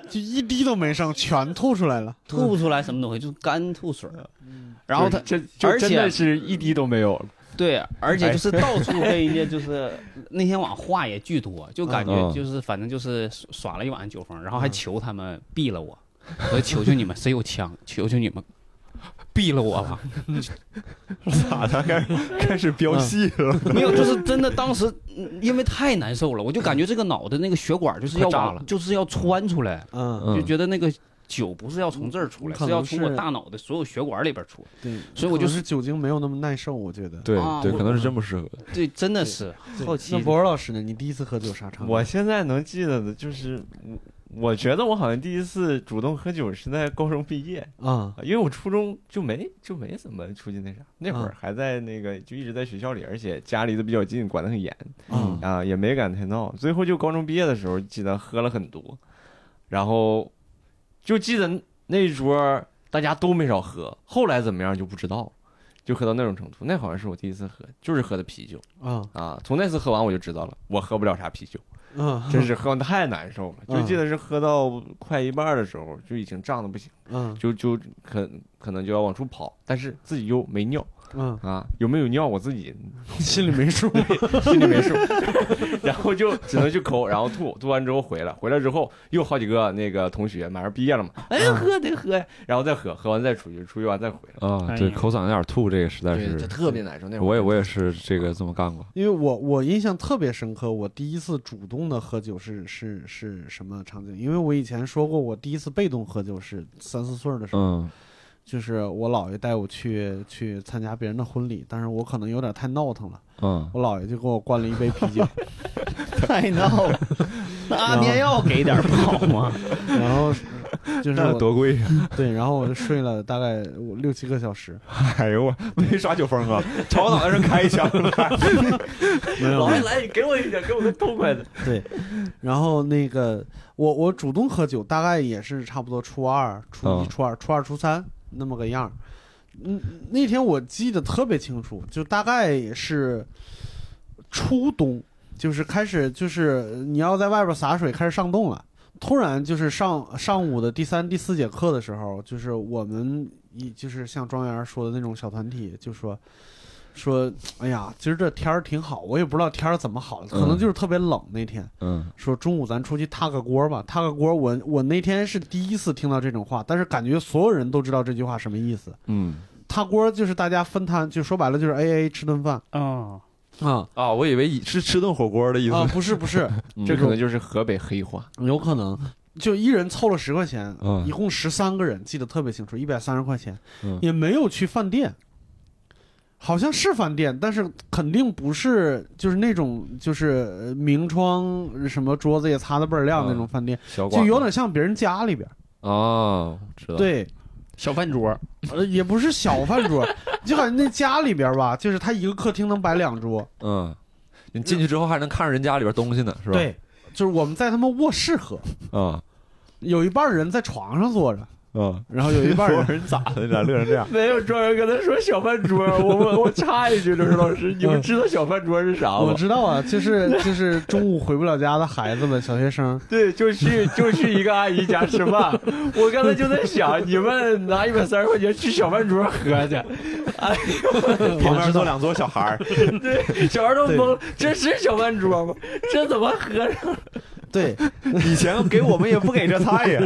就一滴都没剩，全吐出来了， 吐不出来什么东西，就是干吐水。然后他而且真的是一滴都没有。 对，而且就是到处跟人家就是那天晚上话也巨多，就感觉就是反正就是耍了一晚上酒疯，然后还求他们毙了我，我说求求你们谁有枪，求求你们毙了我吧。 咋的？开始飙戏了？ 没有，就是真的当时因为太难受了，我就感觉这个脑袋那个血管就是要炸了， 就是要穿出来，就觉得那个酒不是要从这儿出来，是要从我大脑的所有血管里边出。 对， 所以我就是酒精没有那么耐受，我觉得。 对对，可能是真不适合。 对，真的是好奇。 那博尔老师呢？你第一次喝酒啥场景？ 我现在能记得的就是，我觉得我好像第一次主动喝酒是在高中毕业啊，因为我初中就没怎么出去那啥，那会儿还在那个就一直在学校里，而且家离得比较近，管得很严啊，也没敢太闹。最后就高中毕业的时候，记得喝了很多，然后。就记得那一桌大家都没少喝，后来怎么样就不知道，就喝到那种程度。那好像是我第一次喝，就是喝的啤酒从那次喝完我就知道了，我喝不了啥啤酒，真是喝太难受了。就记得是喝到快一半的时候就已经胀得不行，就可能就要往出跑，但是自己又没尿。有没有尿我自己心里没数， 心里没数，然后就只能去抠，然后吐完之后回来之后又好几个那个同学马上毕业了嘛，哎呀喝得喝呀，然后再喝完再出去完再回来啊，对，口嗓子眼吐这个实在是特别难受。那会儿我也是这么干过， 因为我印象特别深刻，我第一次主动的喝酒是什么场景？因为我以前说过，我第一次被动喝酒是3、4岁的时候。就是我姥爷带我去参加别人的婚礼，但是我可能有点太闹腾了，我姥爷就给我灌了一杯啤酒， 太闹了，那安眠药给点不好吗？ 然后就是多贵呀！ 对，然后我就睡了大概6、7个小时。 哎呦我没耍酒疯啊，朝我脑袋上开一枪没有， 老爷来，你给我一点，给我个痛快的。 对，然后那个我主动喝酒，大概也是差不多初2、初1、初2、初2、初3。那么个样那天我记得特别清楚，就大概也是初冬，就是开始就是你要在外边洒水，开始上冻了。突然就是上午的第3、第4节课的时候，就是我们就是像庄园说的那种小团体，就说，哎呀，今儿这天儿挺好，我也不知道天儿怎么好，可能就是特别冷那天。说中午咱出去踏个锅吧，踏个锅。我那天是第一次听到这种话，但是感觉所有人都知道这句话什么意思。踏锅就是大家分摊，就说白了就是 AA 吃顿饭。 我以为是吃顿火锅的意思。 不是， 这可能就是河北黑话， 有可能。就一人凑了10块钱，一共13个人，记得特别清楚，130块钱，也没有去饭店。好像是饭店，但是肯定不是，就是那种就是明窗什么桌子也擦得倍儿亮那种饭店，就有点像别人家里边。 知道。 对， 小饭桌， 也不是小饭桌，就好像那家里边吧，就是他一个客厅能摆2桌。 你进去之后还能看着人家里边东西呢，是吧？ 对，就是我们在他们卧室喝。有一半人在床上坐着。然后有一半人咋的？咋乐成这样？没有专门跟他说小饭桌。我插一句，刘老师，你们知道小饭桌是啥吗？ 我知道啊，就是中午回不了家的孩子们，小学生。 对，就去一个阿姨家吃饭。我刚才就在想，你们拿130块钱去小饭桌喝去，哎呦， 旁边坐2桌小孩对，小孩都懵，这是小饭桌吗？这怎么喝上？ 对， 以前给我们也不给这菜呀。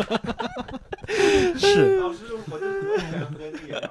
是， 老师，我就想喝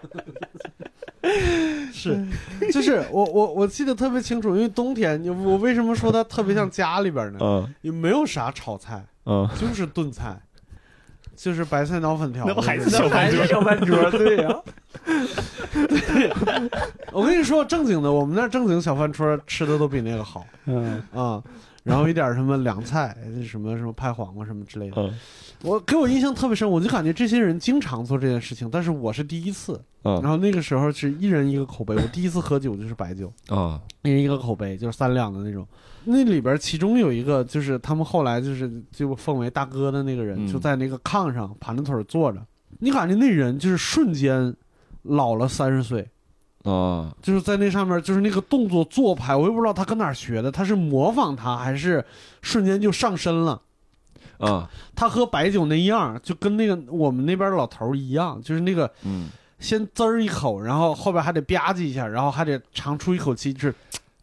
你。是，就是我记得特别清楚，因为冬天，我为什么说它特别像家里边呢？也没有啥炒菜，就是炖菜，就是白菜脑粉条， 那不还是小饭桌？对呀。 对，我跟你说正经的，我们那正经小饭桌吃的都比那个好。然后一点什么凉菜，什么拍黄瓜什么之类的。给我印象特别深，我就感觉这些人经常做这件事情，但是我是第一次。然后那个时候是一人一个口杯，我第一次喝酒就是白酒一人一个口杯，就是3两的那种。那里边其中有一个就是他们后来就奉为大哥的那个人，就在那个炕上盘着腿坐着，你感觉那人就是瞬间老了30岁。就是在那上面，就是那个动作做派，我也不知道他跟哪儿学的，他是模仿他还是瞬间就上身了。 啊，他喝白酒那样，就跟那个我们那边老头一样，就是那个先滋儿一口，然后后边还得吧唧一下，然后还得长出一口气，就是，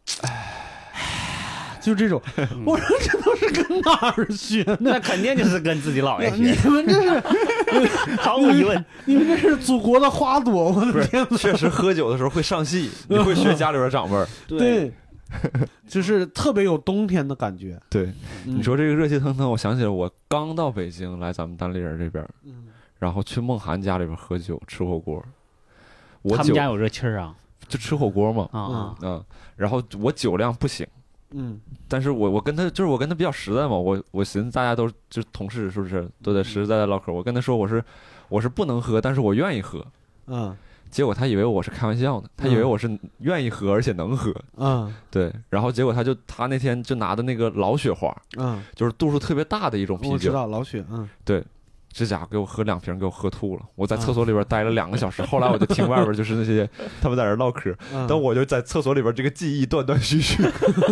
就这种。我说这都是跟哪儿学的？ 那肯定就是跟自己姥爷学。 你们这是毫无疑问， 你们这是祖国的花朵！我的天哪！ 确实喝酒的时候会上戏，你会学家里边长辈儿。 对。就是特别有冬天的感觉。 对，你说这个热气腾腾，我想起来我刚到北京来咱们单立人这边，然后去梦涵家里边喝酒吃火锅。 他们家有热气儿啊？ 就吃火锅嘛。然后我酒量不行。但是我跟他就是我跟他比较实在嘛，我寻思大家都就同事是不是都得实实在在唠嗑，我跟他说我是不能喝，但是我愿意喝。结果他以为我是开玩笑呢，他以为我是愿意喝而且能喝。对，然后结果他那天就拿的那个老雪花，就是度数特别大的一种啤酒。 我知道老雪， 对，这家伙给我喝2瓶，给我喝吐了。我在厕所里边待了2个小时，后来我就听外边就是那些他们在这唠嗑，但我就在厕所里边这个记忆断断续续。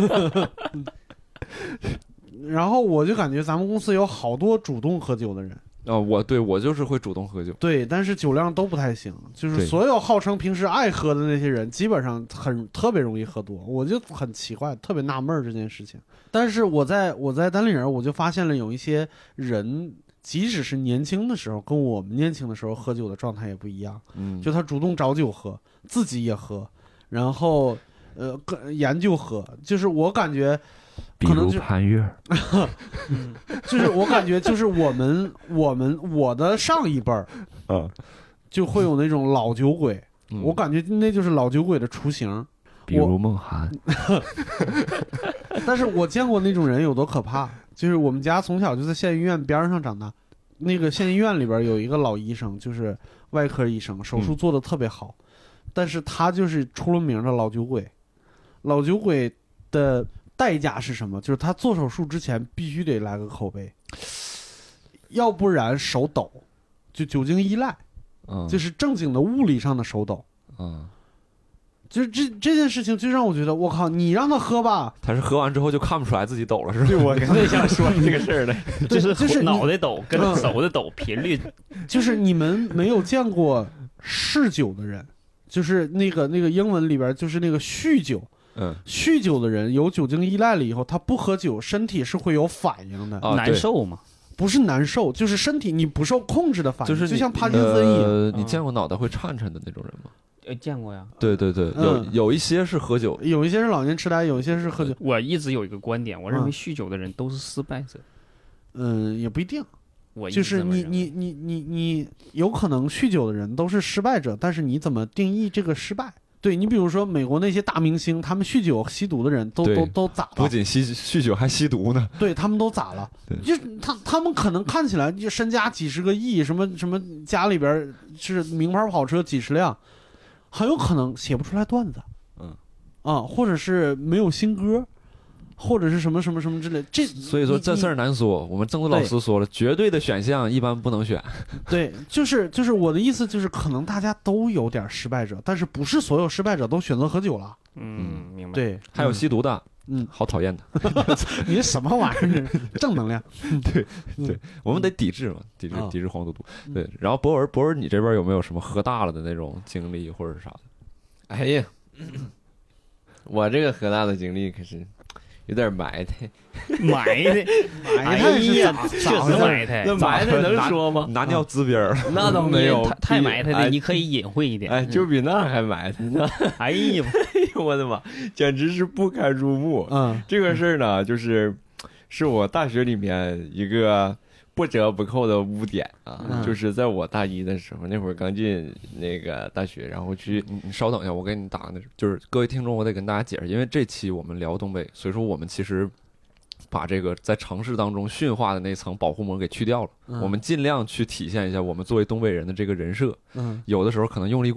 然后我就感觉咱们公司有好多主动喝酒的人。 我就是会主动喝酒， 对，但是酒量都不太行，就是所有号称平时爱喝的那些人，基本上特别容易喝多，我就很奇怪，特别纳闷这件事情。但是我在单立人，我就发现了有一些人，即使是年轻的时候，跟我们年轻的时候喝酒的状态也不一样。就他主动找酒喝，自己也喝，然后研究喝，就是我感觉。 比如潘越， 就是我感觉就是我的上一辈儿，就会有那种老酒鬼，我感觉那就是老酒鬼的雏形。 比如梦涵， 但是我见过那种人有多可怕，就是我们家从小就在县医院边上长大，那个县医院里边有一个老医生，就是外科医生，手术做得特别好，但是他就是出了名的老酒鬼。老酒鬼的代价是什么？就是他做手术之前必须得来个口碑，要不然手抖，就酒精依赖，就是正经的物理上的手抖，就是这件事情就让我觉得，我靠，你让他喝吧， 他是喝完之后就看不出来自己抖了，是吧？ 对，我刚才想说这个事儿呢， 就是脑袋抖跟手的抖频率， 就是你们没有见过嗜酒的人，就是那个英文里边就是那个酗酒。酗酒的人有酒精依赖了以后，他不喝酒，身体是会有反应的， 难受吗？ 不是难受，就是身体你不受控制的反应，就像帕金森一样。 你见过脑袋会颤颤的那种人吗？ 见过呀。 对，有一些是喝酒， 有一些是老年痴呆，有一些是喝酒。 我一直有一个观点，我认为酗酒的人都是失败者。 也不一定。就是你有可能酗酒的人都是失败者，但是你怎么定义这个失败？对，你比如说美国那些大明星，他们酗酒吸毒的人都咋了？ 不仅酗酒还吸毒呢。 对，他们都咋了？就是他们可能看起来就身家几十个亿，什么家里边是名牌跑车几十辆，很有可能写不出来段子。或者是没有新歌。或者是什么什么什么之类， 所以说这事儿难说。我们郑子老师说了，绝对的选项一般不能选。 对，就是我的意思，就是可能大家都有点失败者，但是不是所有失败者都选择喝酒了。 明白。 对， 还有吸毒的，好讨厌的。 你什么玩意儿？正能量。 对，我们得抵制嘛，抵制黄赌毒。对，然后博文，你这边有没有什么喝大了的那种经历或者是啥的？ 哎呀，我这个喝大的经历可是。有点埋汰， 埋汰是咋？确实埋汰。 那埋汰能说吗？ 拿尿滋边儿， 那倒没有， 太埋汰的，你可以隐晦一点。 就比那还埋汰呢。 哎呀， 我的妈，简直是不堪入目。这个事儿呢，是我大学里面一个不折不扣的污点啊，就是在我大一的时候，那会儿刚进那个大学，然后去， 你稍等一下，我给你打个，就是各位听众，我得跟大家解释，因为这期我们聊东北，所以说我们其实把这个在城市当中驯化的那层保护膜给去掉了，我们尽量去体现一下我们作为东北人的这个人设，有的时候可能用力过猛，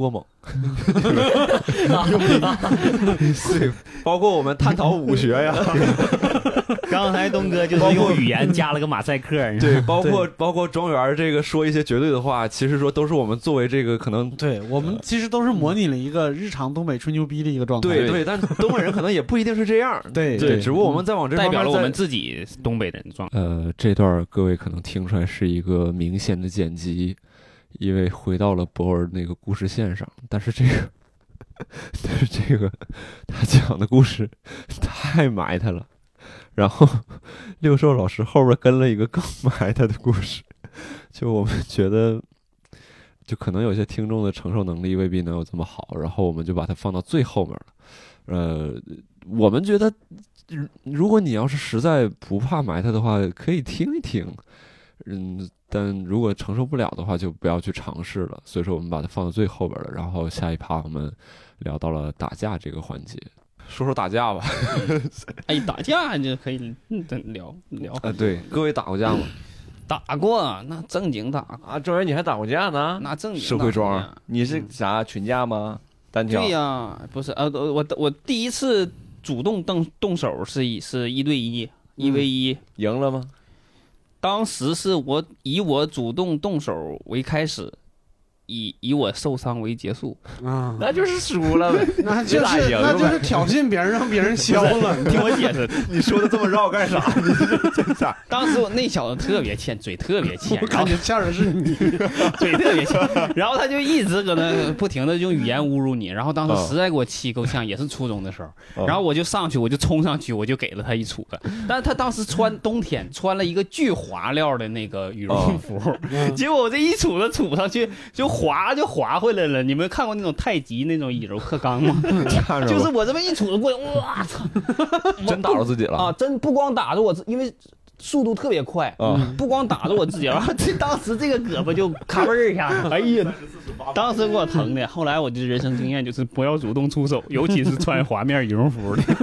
对，包括我们探讨武学呀。 刚才东哥就是用语言加了个马赛克， 对，包括庄园这个说一些绝对的话，其实说都是我们作为这个可能， 对我们其实都是模拟了一个日常东北吹牛逼的一个状态。 对，但东北人可能也不一定是这样。 对， 只不过我们在往这方面代表了我们自己东北人的状态。 这段各位可能听出来是一个明显的剪辑，因为回到了博尔那个故事线上，但是这个他讲的故事太埋汰了。然后六兽老师后边跟了一个更埋汰的故事，就我们觉得就可能有些听众的承受能力未必能有这么好，然后我们就把它放到最后面了。我们觉得如果你要是实在不怕埋汰的话，可以听一听，但如果承受不了的话，就不要去尝试了。所以说我们把它放到最后边了，然后下一趴我们聊到了打架这个环节。说说打架吧。 哎，打架就可以聊。 对，各位打过架吗？ 打过，那正经打啊！庄园你还打过架呢？ 那正经社会装， 你是啥群架吗？单挑？ 对呀，不是我第一次主动动手是1对1，1v1， 赢了吗？ 当时是以我主动动手为开始。以我受伤为结束啊， 那就是输了呗， 那就是挑衅别人，让别人削了。 你听我解释， 你说的这么绕干啥？你真傻。 当时我那小子特别欠，嘴特别欠， 我感觉欠的是你， 嘴特别欠。然后他就一直搁那不停的用语言侮辱你，然后当时实在给我气够呛，也是初中的时候。然后我就上去，我就冲上去，我就给了他一杵子。但是他当时冬天穿了一个巨滑料的那个羽绒服，结果我这一杵子杵上去就滑回来了。你们看过那种太极那种以柔克刚吗？就是我这么一杵子过去，哇操！ 真打着自己了啊！真不光打着我，因为速度特别快，不光打着我自己，然后当时这个胳膊就咔嘣一下，哎呀，当时给我疼的。后来我的人生经验就是不要主动出手，尤其是穿滑面羽绒服的。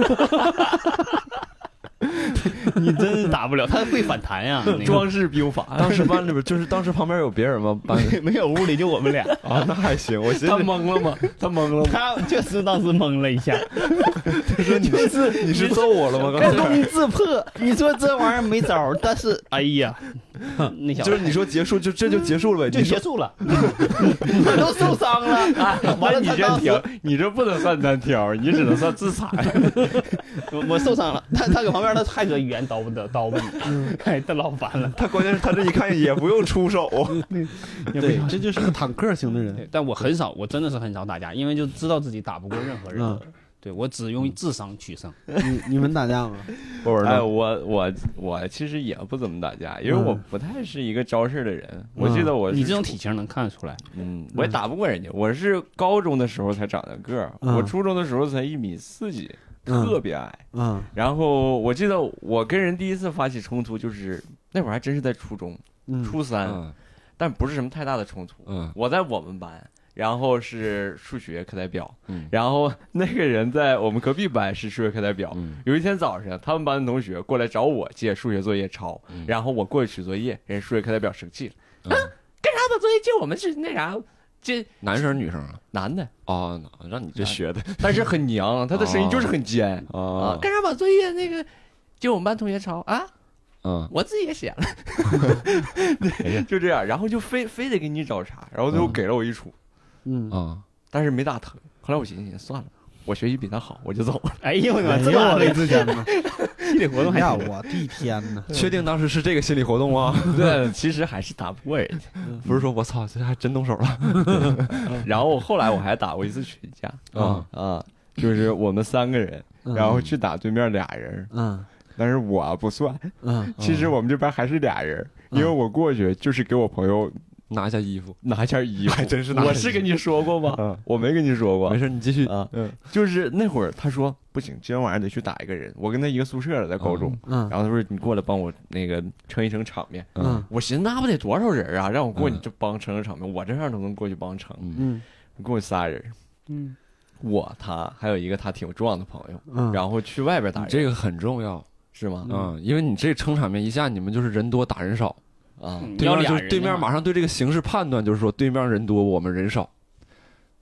你真是打不了，他会反弹呀。 装饰兵法。 当时班里边就是当时旁边有别人吗？班没有，屋里就我们俩啊，那还行。我寻思他懵了吗？ 他确实当时懵了一下。 他说你是揍我了吗？ 刚才自破，你说这玩意儿没招，但是哎呀，那小子就是你说结束就这就结束了呗， 就结束了，他都受伤了。完了， 你这挑，你这不能算单挑，你只能算自残。 我受伤了，他搁旁边，他还搁语言叨吧你，哎，他老烦了。 他关键是他这一看也不用出手， 对，这就是个坦克型的人。 但我真的是很少打架，因为就知道自己打不过任何人。对，我只用智商取胜。 你们打架吗？ 哎，我其实也不怎么打架，因为我不太是一个招式的人。我记得你这种体型能看得出来。 我也打不过人家。我是高中的时候才长的个儿，我初中的时候才1.4米几。特别矮，然后我记得我跟人第一次发起冲突，就是那会儿还真是在初中，初3，但不是什么太大的冲突。我在我们班，然后是数学课代表，然后那个人在我们隔壁班是数学课代表。有一天早上，他们班的同学过来找我借数学作业抄，然后我过去取作业，人数学课代表生气了，干啥把作业借我们？是那啥？这男生女生啊？ 男的啊，让你这学的， 但是很娘，他的声音就是很尖啊！干啥把作业那个就我们班同学抄啊？我自己也写了，对，就这样，然后就非得给你找茬，然后最后给了我一杵，但是没打疼。后来我寻思算了，我学习比他好，我就走了。 哎呦我这么没自信吗？ 心理活动呀，我的天哪！ 确定当时是这个心理活动吗？ 对，其实还是打不过人家， 不是说我操，这还真动手了。 然后后来我还打过一次群架，就是我们3个人，然后去打对面俩人，但是我不算，其实我们这边还是俩人，因为我过去就是给我朋友拿一下衣服， 还真是拿。我是跟你说过吗？我没跟你说过。 没事，你继续啊。就是那会儿他说不行，今天晚上得去打一个人。我跟他一个宿舍的，在高中。然后他说你过来帮我那个撑一撑场面。我寻思那不得多少人啊？让我过去就帮撑撑场面，我这样都能过去帮撑。你跟我仨人。我他还有一个他挺壮的朋友，然后去外边打人。 这个很重要， 是吗？ 因为你这撑场面一下，你们就是人多打人少。对面马上对这个形势判断，就是说对面人多，我们人少，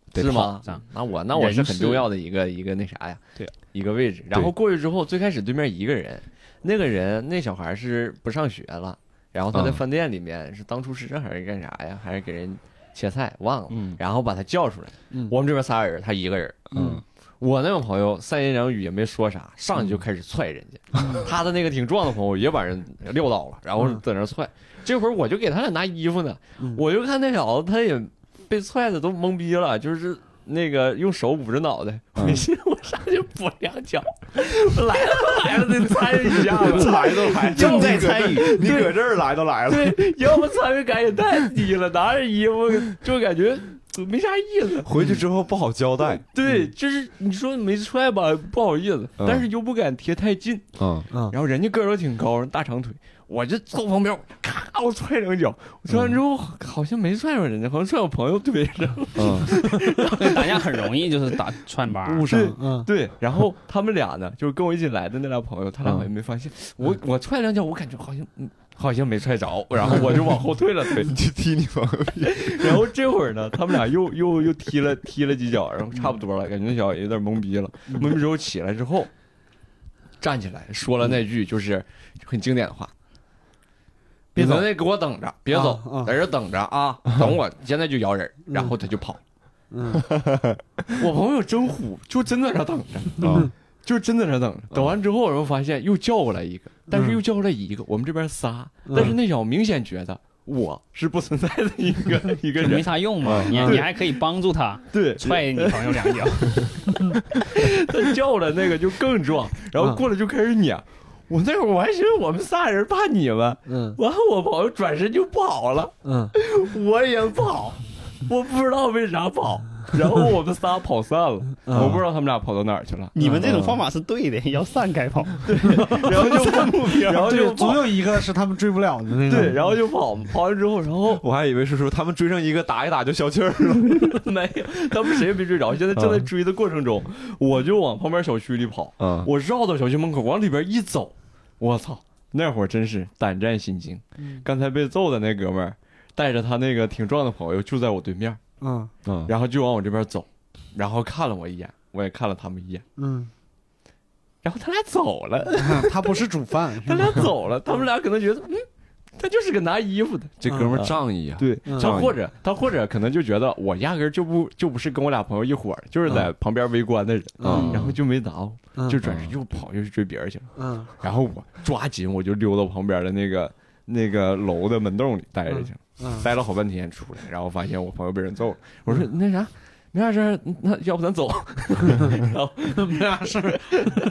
是吗？那我是很重要的一个那啥呀， 对， 一个位置。然后过去之后，最开始对面一个人，那小孩是不上学了，然后他在饭店里面是当厨师还是干啥呀？还是给人切菜忘了，然后把他叫出来。我们这边仨人，他一个人。我那个朋友三言两语也没说啥，上去就开始踹人家。他的那个挺壮的朋友也把人撂倒了，然后在那踹。这会儿我就给他俩拿衣服呢，我就看那小子他也被踹的都懵逼了，就是那个用手捂着脑袋，我上去补2脚，来了得参与一下子， 来都来， 正在参与， 你搁这儿来都来了， 对，要不参与感也太低了，拿着衣服就感觉没啥意思， 回去之后不好交代。 对，就是你说没踹吧，不好意思，但是又不敢贴太近，然后人家个儿都挺高，大长腿。我就坐旁边，咔，我踹2脚。我踹完之后，好像没踹着人家，好像踹我朋友腿上。 打架很容易就是打串把误伤。对，然后他们俩呢，就是跟我一起来的那俩朋友，他俩好像没发现我踹2脚，我感觉好像没踹着，然后我就往后退了退， 去踢你朋友。 然后这会儿呢，他们俩又踢了几脚，然后差不多了，感觉那小子有点懵逼了。懵逼之后起来之后，站起来说了那句就是很经典的话。别走，给我等着，别走，在这等着啊！等我，现在就摇人，然后他就跑。我朋友真虎，就真在那等着，就真在那等着。等完之后，然后发现又叫过来一个，但是又叫过来一个，我们这边仨，但是那小明显觉得我是不存在的一个人， 没啥用嘛，你还可以帮助他， 对， 踹你朋友2脚。 他叫了那个就更壮，然后过来就开始撵。我那会儿我还寻思我们仨人怕你们，完后我朋友转身就跑了，我也跑，我不知道为啥跑，然后我们仨跑散了，我不知道他们俩跑到哪儿去了。 你们这种方法是对的，要散开跑， 对，然后就看目标，然后就总有一个是他们追不了的那个， 对，然后就跑完之后，然后我还以为是说他们追上一个打一打就消气儿了， 没有，他们谁也没追着，现在正在追的过程中，我就往旁边小区里跑，我绕到小区门口往里边一走。我操！那会儿真是胆战心惊。刚才被揍的那哥们儿，带着他那个挺壮的朋友就在我对面，然后就往我这边走，然后看了我一眼，我也看了他们一眼，然后他俩走了。 他不是主犯， 他俩走了，他们俩可能觉得，他就是个拿衣服的， 这哥们儿仗义啊。 对，他或者可能就觉得我压根就不是跟我俩朋友一伙儿，就是在旁边围观的人，然后就没打我。就转身又跑，又去追别人去了。然后我抓紧，我就溜到旁边的那个楼的门洞里待着去了，待了好半天出来，然后发现我朋友被人揍了。我说那啥，没啥事儿，那要不咱走？然后没啥事儿，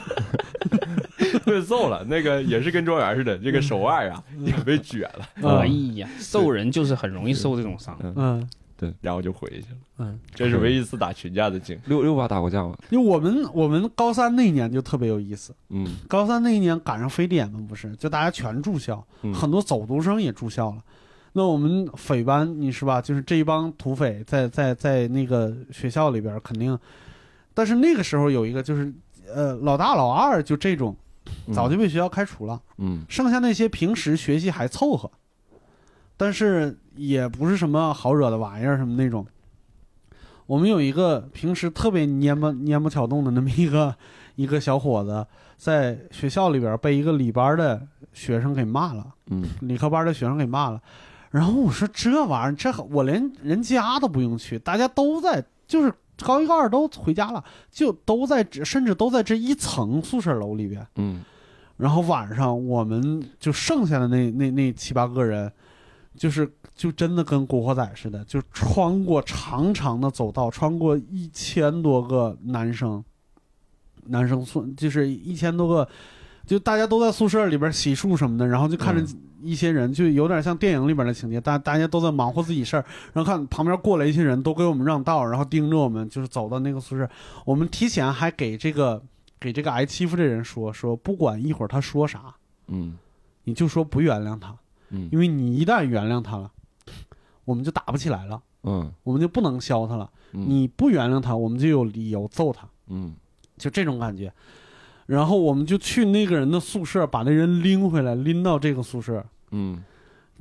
被揍了。那个也是跟庄园似的，这个手腕啊也被撅了。 哎呀，揍人就是很容易受这种伤。 对，然后就回去了。这是唯一一次打群架的经历。 六把打过架吗？ 因为我们高3那一年就特别有意思。高3那一年赶上非典嘛，不是，就大家全住校，很多走读生也住校了。那我们匪班，你是吧？就是这一帮土匪在那个学校里边肯定，但是那个时候有一个就是老大老二就这种，早就被学校开除了。剩下那些平时学习还凑合，但是也不是什么好惹的玩意儿什么那种。我们有一个平时特别蔫不巧动的那么一个小伙子，在学校里边被一个理班的学生给骂了，理科班的学生给骂了。然后我说这玩意儿，这我连人家都不用去，大家都在，就是高1高2都回家了，就都在，甚至都在这一层宿舍楼里边。然后晚上我们就剩下的那7、8个人，就真的跟古惑仔似的，就穿过长长的走道，穿过1000多个男生宿，就是1000多个，就大家都在宿舍里边洗漱什么的，然后就看着一些人，就有点像电影里边的情节，大家都在忙活自己事儿，然后看旁边过来一些人都给我们让道，然后盯着我们，就是走到那个宿舍，我们提前还给这个挨欺负的人说不管一会儿他说啥，你就说不原谅他，因为你一旦原谅他了，我们就打不起来了，我们就不能削他了，你不原谅他，我们就有理由揍他，就这种感觉。然后我们就去那个人的宿舍，把那人拎回来，拎到这个宿舍，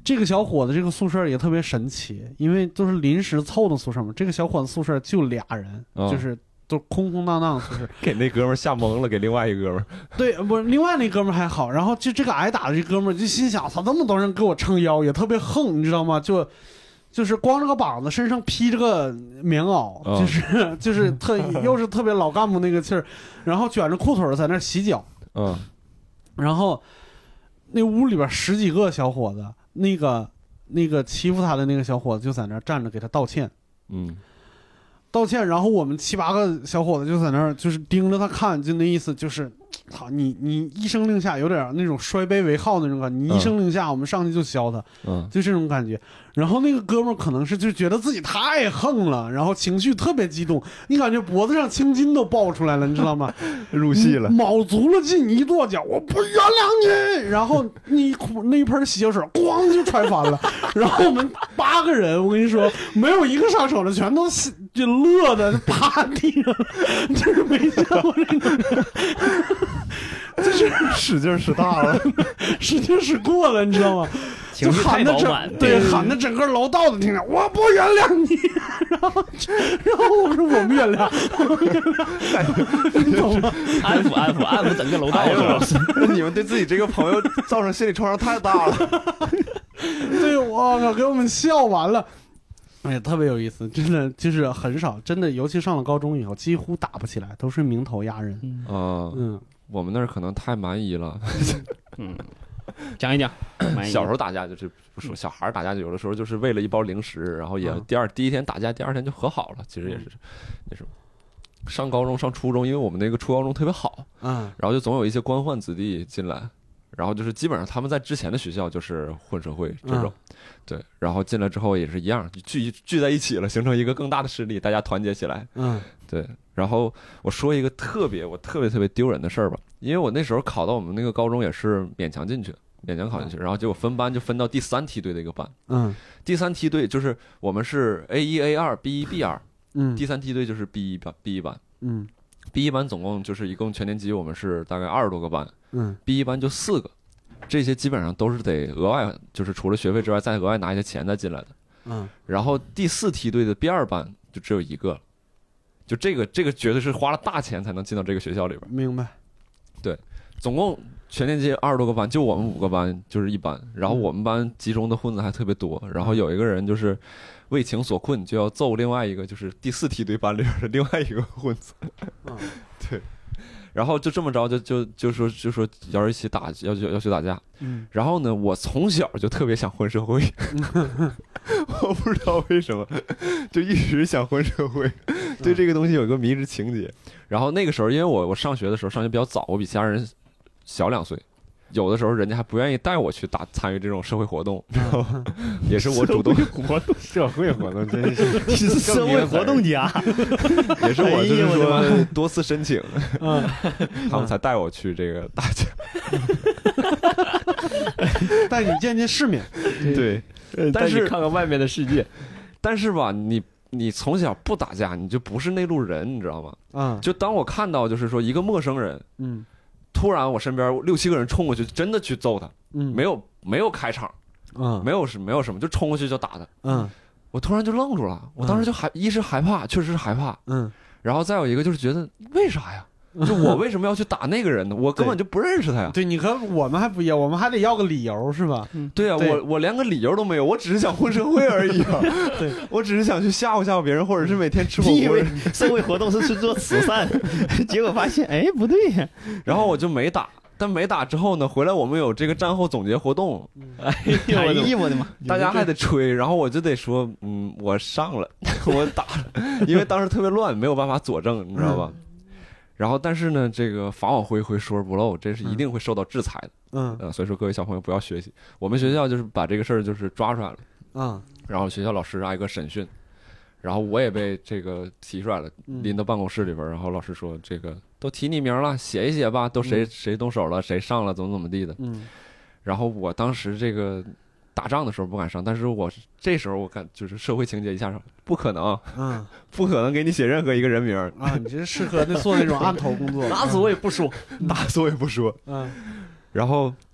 这个小伙子这个宿舍也特别神奇，因为都是临时凑的宿舍嘛。这个小伙子宿舍就俩人，就是都空空荡荡宿舍。 给那哥们吓懵了，给另外一个哥们。 对，不是另外那哥们还好，然后就这个挨打的这哥们就心想：操，这么多人给我撑腰，也特别横，你知道吗？就是光着个膀子，身上披着个棉袄，就是又是特别老干部那个气儿，然后卷着裤腿在那洗脚。然后那屋里边10几个小伙子。那个欺负他的那个小伙子就在那儿站着给他道歉，道歉，然后我们7、8个小伙子就在那儿就是盯着他看，就那意思就是，操你一声令下，有点那种摔杯为号那种感觉，你一声令下，我们上去就削他，就这种感觉。然后那个哥们儿可能是就觉得自己太横了，然后情绪特别激动，你感觉脖子上青筋都爆出来了，你知道吗？ 入戏了， 卯足了劲一跺脚，我不原谅你。然后那一盆洗脚水咣就踹翻了，然后我们8个人，我跟你说，没有一个上手的，全都就乐的趴地上，就是没见过这个，就是使劲使大了， 使劲使过了，你知道吗？就喊的喊的整个楼道的听着，我不原谅你。然后我说我们原谅，你懂吗？ 安抚整个楼道。 那你们对自己这个朋友造成心理创伤太大了。 对，我靠，给我们笑完了。哎呀，特别有意思，真的就是很少，真的，尤其上了高中以后，几乎打不起来，都是名头压人。 我们那儿可能太蛮夷了。 讲一讲， 小时候打架就是不说，小孩打架有的时候就是为了一包零食，然后也第一天打架，第2天就和好了。其实也是那什么，上高中上初中，因为我们那个初高中特别好，然后就总有一些官宦子弟进来，然后就是基本上他们在之前的学校就是混社会这种，对，然后进来之后也是一样，聚在一起了，形成一个更大的势力，大家团结起来，对。然后我说一个特别丢人的事儿吧，因为我那时候考到我们那个高中也是勉强考进去，然后结果分班就分到第3梯队的一个班，第3梯队就是我们是 A1、A2、B1、B2，第3梯队就是 B1 班，B1 班总共就是一共全年级我们是大概20多个班，B1 班就4个，这些基本上都是得额外，就是除了学费之外再额外拿一些钱再进来的，然后第4梯队的B2 班就只有1个了。就这个绝对是花了大钱才能进到这个学校里边。 明白。 对，总共全年级20多个班，就我们5个班就是一班，然后我们班集中的混子还特别多，然后有一个人就是为情所困，就要揍另外一个就是第4梯队班里边的另外一个混子。对。然后就这么着，就说要一起打，要去打架。然后呢，我从小就特别想混社会，我不知道为什么，就一直想混社会，对这个东西有一个迷之情节。然后那个时候，因为我上学的时候上学比较早，我比其他人小2岁。有的时候人家还不愿意带我去参与这种社会活动，知道吗？也是我主动社会活动真是社会活动家， 也是我就是说多次申请，他们才带我去这个打架， 带你见见世面。 对，但是看看外面的世界。 但是吧，你从小不打架，你就不是那路人，你知道吗？就当我看到就是说一个陌生人，突然我身边6、7个人冲过去，真的去揍他，没有开场，没有什么，就冲过去就打他，我突然就愣住了，我当时就一是害怕，确实是害怕，然后再有一个就是觉得为啥呀？就我为什么要去打那个人呢？我根本就不认识他呀。 对，你和我们还不一样，我们还得要个理由，是吧？ 对啊，我连个理由都没有，我只是想混社会而已啊。对，我只是想去吓唬别人，或者是每天吃火锅。 你以为社会活动是去做慈善，结果发现哎不对呀， 然后我就没打。但没打之后呢，回来我们有这个战后总结活动， 哎呦我的妈， 大家还得吹，然后我就得说，我上了，我打了，因为当时特别乱，没有办法佐证，你知道吧？然后，但是呢，这个法网恢恢，疏而不漏，这是一定会受到制裁的。所以说各位小朋友不要学习。我们学校就是把这个事儿就是抓出来了，然后学校老师挨个审讯，然后我也被这个提出来了，拎到办公室里边，然后老师说这个都提你名了，写一写吧，都谁动手了，谁上了，怎么地的。然后我当时这个打仗的时候不敢上，但是这时候我感就是社会情节一下上，不可能，不可能给你写任何一个人名啊！你这适合做那种案头工作， 打死我也不说， 打死我也不说。然后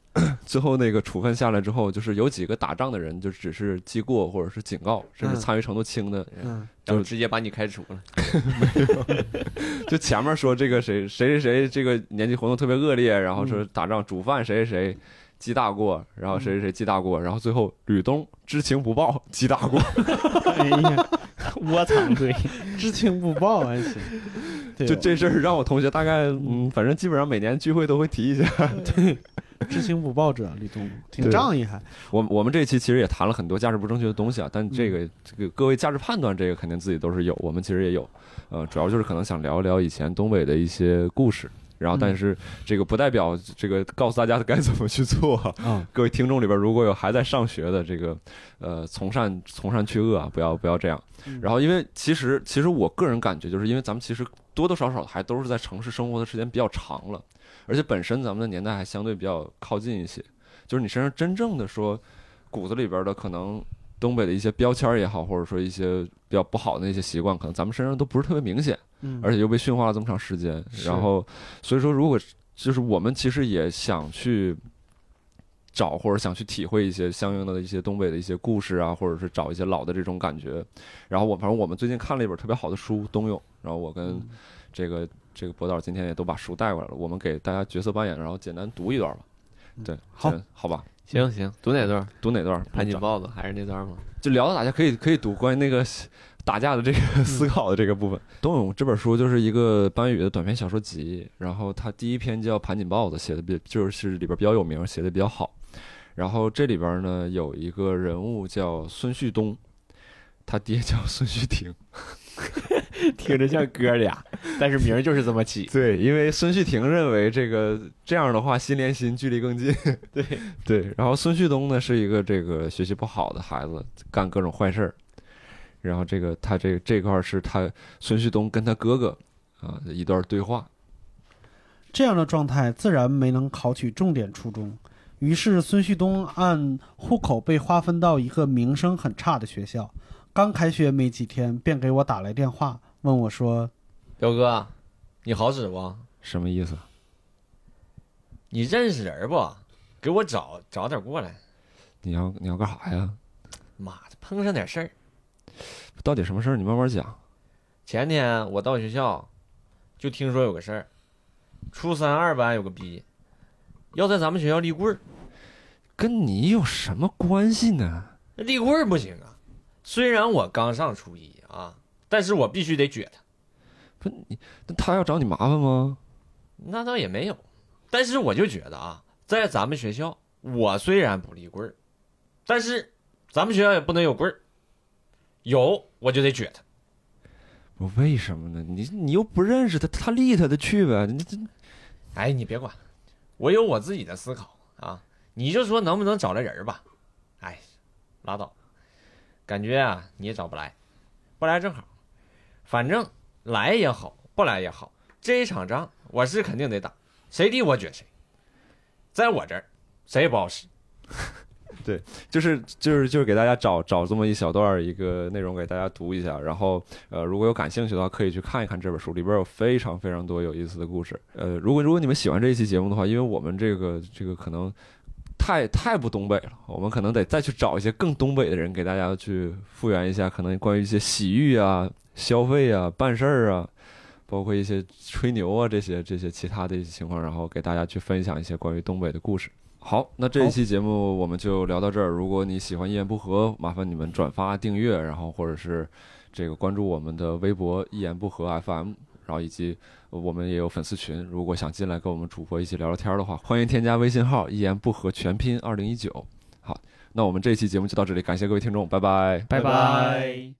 最后那个处分下来之后，就是有几个打仗的人就只是记过或者是警告，甚至参与程度轻的， 就直接把你开除了。 没有，就前面说这个谁这个年级活动特别恶劣，然后说打仗主犯谁记大过，然后谁记大过，然后最后吕东知情不报记大过。 哎呀，窝藏对， 知情不报还行。 就这事儿让我同学大概反正基本上每年聚会都会提一下。 对，知情不报者吕东挺仗义还。 我们这一期其实也谈了很多价值不正确的东西啊，但这个各位价值判断这个肯定自己都是有，我们其实也有，主要就是可能想聊一聊以前东北的一些故事。然后，但是这个不代表这个告诉大家该怎么去做啊。各位听众里边如果有还在上学的，这个从善去恶啊，不要这样。然后，因为其实我个人感觉，就是因为咱们其实多多少少还都是在城市生活的时间比较长了，而且本身咱们的年代还相对比较靠近一些，就是你身上真正的说骨子里边的可能东北的一些标签也好，或者说一些比较不好的那些习惯，可能咱们身上都不是特别明显。而且又被驯化了这么长时间，然后所以说，如果就是我们其实也想去找或者想去体会一些相应的一些东北的一些故事啊，或者是找一些老的这种感觉。然后反正我们最近看了一本特别好的书《冬泳》，然后我跟这个博导今天也都把书带过来了，我们给大家角色扮演，然后简单读一段吧。对，好吧， 行，读哪段？ 读哪段？ 盘锦豹子还是那段吗？ 就聊到大家可以读关于那个打架的这个思考的这个部分。冬泳这本书就是一个班宇的短篇小说集，然后他第一篇叫《盘锦豹子》，写的就是里边比较有名，写的比较好。然后这里边呢有一个人物叫孙旭东，他爹叫孙旭婷。 听着像哥俩，但是名就是这么起。 对，因为孙旭婷认为这样的话心连心，距离更近。对。然后孙旭东呢是一个这个学习不好的孩子，干各种坏事儿。然后他这块是他孙旭东跟他哥哥啊的一段对话。 这样的状态自然没能考取重点初中，于是孙旭东按户口被划分到一个名声很差的学校。刚开学没几天，便给我打来电话，问我说：“ 表哥，你好使不？” 什么意思？ 你认识人不？给我找点过来。 你要干啥呀？ 妈的，碰上点事儿。 到底什么事儿？你慢慢讲。 前天我到学校，就听说有个事儿，初三2班有个逼，要在咱们学校立棍儿。 跟你有什么关系呢？ 立棍儿不行啊。虽然我刚上初一啊，但是我必须得撅他。 不，那他要找你麻烦吗？ 那倒也没有，但是我就觉得啊，在咱们学校，我虽然不立棍儿，但是咱们学校也不能有棍儿，有我就得撅他。 我为什么呢？你又不认识他，他立他的去呗。 哎，你别管，我有我自己的思考啊。你就说能不能找来人吧？哎，拉倒。感觉啊，你也找不来，不来正好，反正来也好，不来也好，这一场仗我是肯定得打，谁敌我撅谁，在我这儿谁也不好使。 对，就是给大家找这么一小段一个内容给大家读一下，然后如果有感兴趣的话，可以去看一看这本书，里边有非常非常多有意思的故事。如果你们喜欢这一期节目的话，因为我们这个可能太不东北了，我们可能得再去找一些更东北的人，给大家去复原一下，可能关于一些洗浴啊、消费啊、办事儿啊，包括一些吹牛啊这些其他的一些情况，然后给大家去分享一些关于东北的故事。好，那这一期节目我们就聊到这儿。如果你喜欢一言不合，麻烦你们转发、订阅，然后或者是这个关注我们的微博一言不合 FM， 然后以及我们也有粉丝群，如果想进来跟我们主播一起聊聊天的话，欢迎添加微信号一言不合全拼2019。好，那我们这一期节目就到这里，感谢各位听众，拜拜， 拜拜。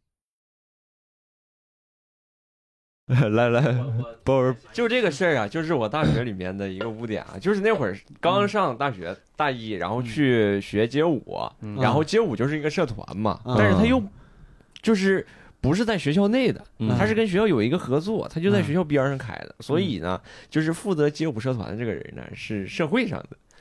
来，波儿， 就这个事儿啊，就是我大学里面的一个污点啊，就是那会儿刚上大学大一，然后去学街舞，然后街舞就是一个社团嘛，但是他又就是不是在学校内的，他是跟学校有一个合作，他就在学校边上开的，所以呢，就是负责街舞社团的这个人呢是社会上的。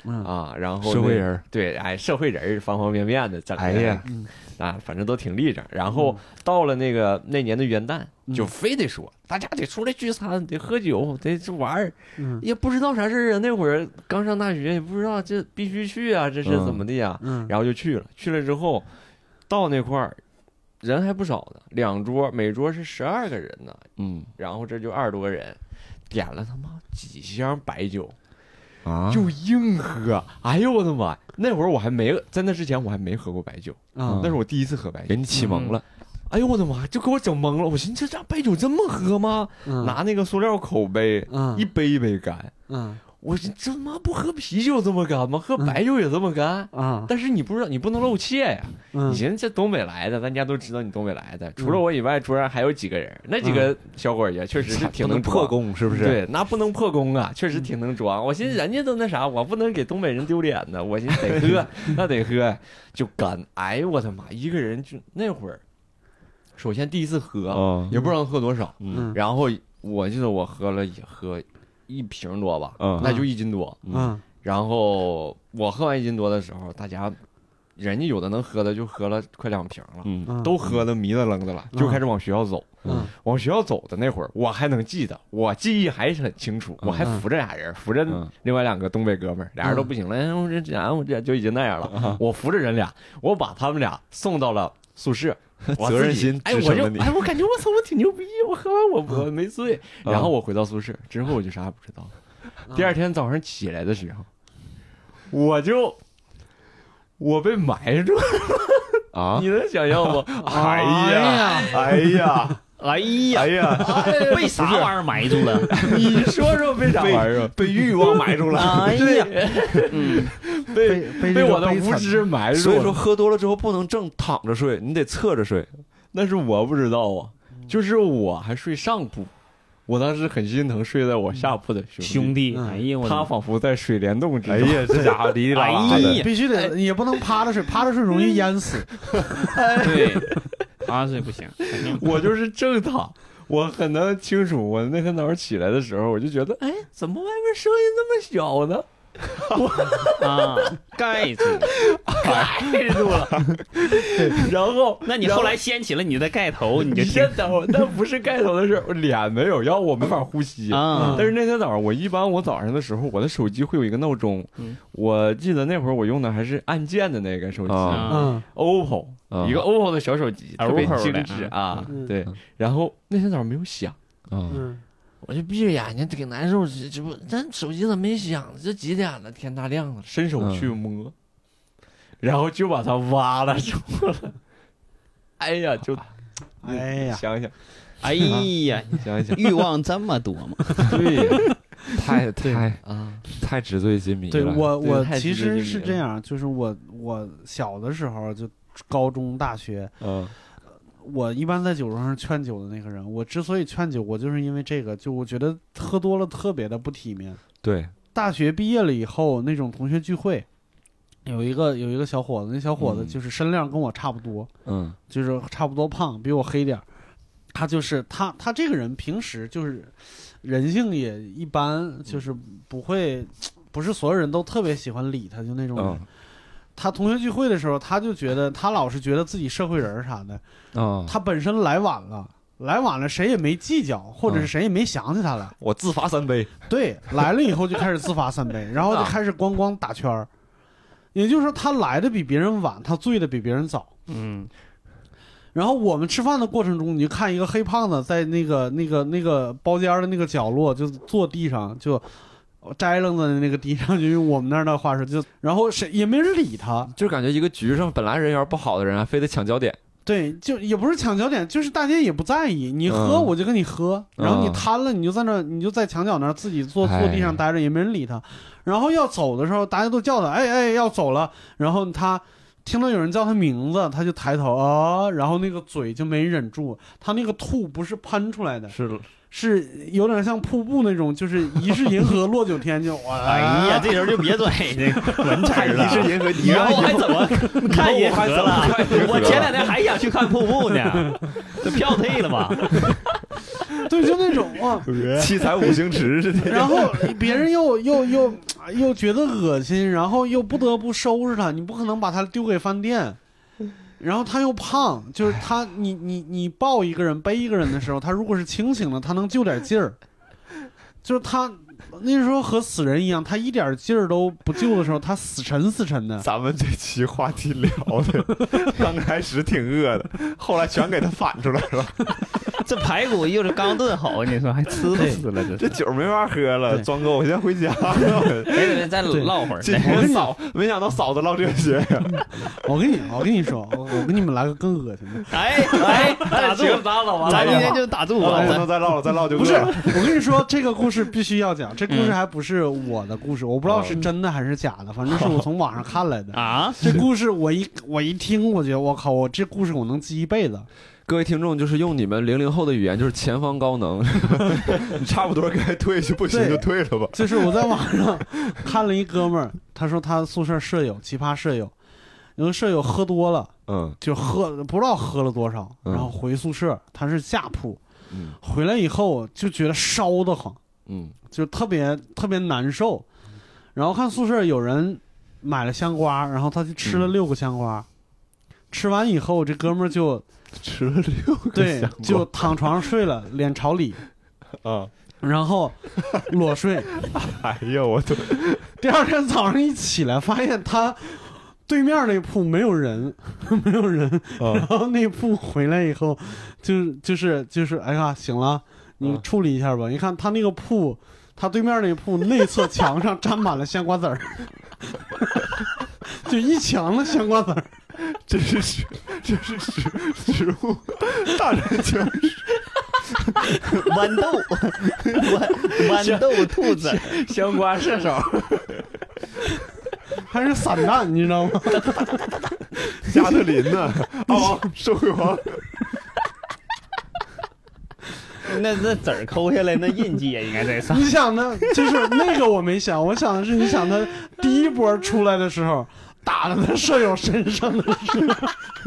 啊，然后社会人， 对，哎，社会人方方面面的，哎呀，啊，反正都挺立正。然后到了那年的元旦，就非得说大家得出来聚餐，得喝酒，得玩儿，也不知道啥事儿啊。那会儿刚上大学，也不知道这必须去啊，这是怎么的呀？然后就去了。去了之后，到那块儿人还不少呢，2桌，每桌是12个人呢。然后这就20多个人，点了他妈几箱白酒。就硬喝，哎呦我的妈！那会儿我还没在那之前我还没喝过白酒那是我第一次喝白酒， 给你启蒙了。 哎呦我的妈！就给我整懵了。我寻思这白酒这么喝吗？拿那个塑料口杯，一杯一杯干。我这妈不喝啤酒这么干吗？喝白酒也这么干啊？但是你不知道，你不能露怯呀。你寻思这东北来的，大家都知道你东北来的，除了我以外，桌上还有几个人，那几个小伙也确实是挺能破功，是不是？ 对，那不能破功啊，确实挺能装。我寻思人家都那啥，我不能给东北人丢脸呢。我寻思得喝，那得喝，就干。哎呦我的妈！一个人就那会儿，首先第一次喝，也不知道喝多少，然后我记得我喝了也喝1瓶多吧，那就1斤多，然后我喝完1斤多的时候，大家人家有的能喝的就喝了快2瓶了，都喝的迷了愣的了，就开始往学校走。往学校走的那会儿，我还能记得，我记忆还是很清楚，我还扶着俩人，扶着另外2个东北哥们儿，俩人都不行了，我这就已经那样了，我扶着人俩，我把他们俩送到了宿舍。 责任心支撑了你。 我感觉我操，我挺牛逼，我喝完我没醉。然后我回到宿舍之后，我就啥也不知道。第2天早上起来的时候，我被埋住了啊！你能想象吗？哎呀！ 被啥玩意儿埋住了？ 你说说被啥玩意儿？ 被欲望埋住了。 哎呀， 被我的无知埋住了。 所以说喝多了之后不能正躺着睡，你得侧着睡。 那是我不知道啊，就是我还睡上铺，我当时很心疼睡在我下铺的兄弟。哎呀， 他仿佛在水帘洞之中。 哎呀，这家伙哩哩啦啦的， 必须得，也不能趴着睡，趴着睡容易淹死。 对。趴睡不行， 我就是正躺，我很能清楚。我那天早上起来的时候，我就觉得，哎，怎么外面声音那么小呢？ 盖住了。然后， 那你后来掀起了你的盖头，你就先等会儿，那不是盖头的事，我脸没有，要我没法呼吸但是那天早上，我早上的时候，我的手机会有一个闹钟。我记得那会儿我用的还是按键的那个手机，OPPO。一个 OPPO 的小手机，特别精致啊，对。然后那天早上没有响，我就闭着眼睛挺难受，这不咱手机怎么没响？这几点了？天大亮了，伸手去摸，然后就把它挖了出来。哎呀，想想， 哎呀， 想想， 欲望这么多吗？ 对， 太纸醉金迷了。 对我其实是这样，就是我小的时候就。高中、大学，我一般在酒桌上劝酒的那个人。我之所以劝酒，我就是因为这个，就我觉得喝多了特别的不体面。 对， 大学毕业了以后，那种同学聚会，有一个小伙子，那小伙子就是身量跟我差不多，就是差不多胖，比我黑点。他就是他这个人平时就是人性也一般，就是不是所有人都特别喜欢理他，就那种人。他同学聚会的时候，他就觉得他老是觉得自己社会人啥的，他本身来晚了谁也没计较，或者是谁也没想起他来， 我自罚3杯。 对，来了以后就开始自罚3杯，然后就开始咣打圈儿。也就是说，他来的比别人晚，他醉的比别人早。然后我们吃饭的过程中，你就看一个黑胖子在那个包间的那个角落，就坐地上就。摘楞的那个地上，就用我们那儿的话说，然后谁也没人理他， 就感觉一个局上本来人缘不好的人啊，非得抢焦点。 对，就也不是抢焦点，就是大家也不在意，你喝我就跟你喝，然后你瘫了，你就在那，你就在墙角那儿自己坐地上待着，也没人理他。然后要走的时候，大家都叫他，哎要走了，然后他听到有人叫他名字，他就抬头然后那个嘴就没忍住，他那个吐不是喷出来的，是有点像瀑布那种，就是疑是银河落九天就哎呀，这人就别拽这个文词了。 疑是银河， 以后还怎么看银河了？我前2天还想去看瀑布呢，这票退了吧？ 对，就那种七彩5星驰似的。 然后别人又又觉得恶心，然后又不得不收拾它，你不可能把它丢给饭店。然后他又胖，就是他，你抱一个人背一个人的时候，他如果是清醒的，他能就点劲儿。就是他那时候和死人一样，他一点劲儿都不救的时候，他死沉的。 咱们这期话题聊的，刚开始挺饿的，后来全给他反出来了。 这排骨又是刚炖好，你说还吃不吃了？ 这酒没法喝了，庄哥，我先回家。 别，再唠会儿。 今天没想到嫂子唠这些。 我跟你说，我给你们来个更恶心的。 打住，咱今天就打住吧， 不能再唠了，再唠就不是。我跟你说，这个故事必须要讲。这故事还不是我的故事，我不知道是真的还是假的，反正是我从网上看来的啊。这故事我一听，我觉得我靠，我这故事我能记一辈子。 各位听众，就是用你们00后的语言，就是前方高能，你差不多该退去，不行就退了吧。 就是我在网上看了一哥们儿，他说他宿舍舍友奇葩舍友，有个舍友喝多了，就不知道喝了多少，然后回宿舍，他是下铺，回来以后就觉得烧得慌，就特别特别难受，然后看宿舍有人买了香瓜，然后他就吃了6个香瓜，吃完以后这哥们儿就吃了6个香瓜， 对，就躺床上睡了，脸朝里，然后裸睡。 哎呀，我都第二天早上一起来，发现他对面那铺没有人，没有人。然后那铺回来以后，就是，哎呀，醒了，你处理一下吧。你看他那个铺，他对面那铺内侧墙上沾满了香瓜子儿，就一墙的香瓜子儿。 这是食物大战僵尸。 豌豆兔子， 香瓜射手， 还是散弹，你知道吗？ 加特林呢？受惠王。 那籽儿抠下来，那印记也应该在上。 你想的就是那个我没想，我想的是你想他第一波出来的时候。打到他舍友身上的时候，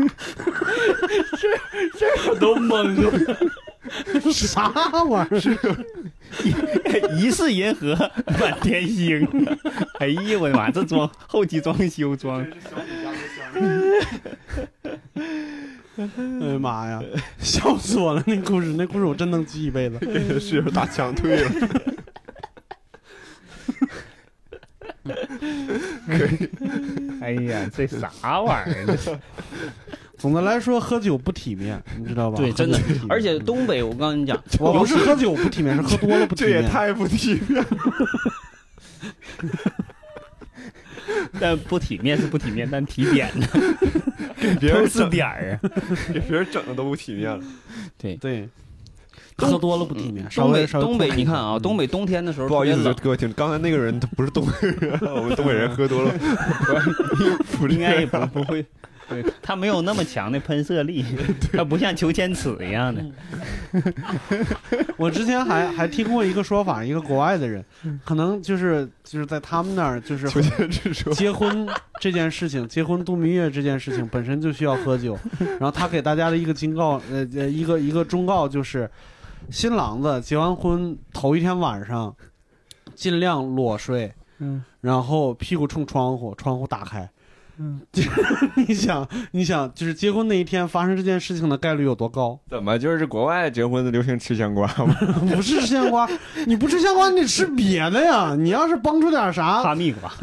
这我都懵了， 啥玩意儿？疑似银河满天星。哎呀，我的妈！这后期装修装。 哎呀妈呀，笑死我了！那故事我真能记一辈子。 给他室友打枪退了。 可以，哎呀，这啥玩意儿？ 总的来说，喝酒不体面，你知道吧？ 对，真的。而且东北，我告诉你讲， 我不是喝酒不体面，是喝多了不体面。 这也太不体面了。 但不体面是不体面，但提点呢， 给别人是点儿啊， 给别人整的都不体面了。 对。喝多了不体面。 东北，你看啊，东北冬天的时候， 不好意思，各位听，刚才那个人他不是东北人，我们东北人喝多了， 应该也不会，对，他没有那么强的喷射力，他不像裘千尺一样的。 我之前还听过一个说法，一个国外的人，可能就是在他们那儿，就是结婚这件事情，结婚度蜜月这件事情本身就需要喝酒，然后他给大家的一个警告，一个忠告就是。新郎子结完婚头一天晚上，尽量裸睡，然后屁股冲窗户，窗户打开，你想，就是结婚那一天发生这件事情的概率有多高？ 怎么就是国外结婚的流行吃香瓜吗？ 不是吃香瓜，你不吃香瓜，你得吃别的呀。你要是蹦出点啥， 哈密瓜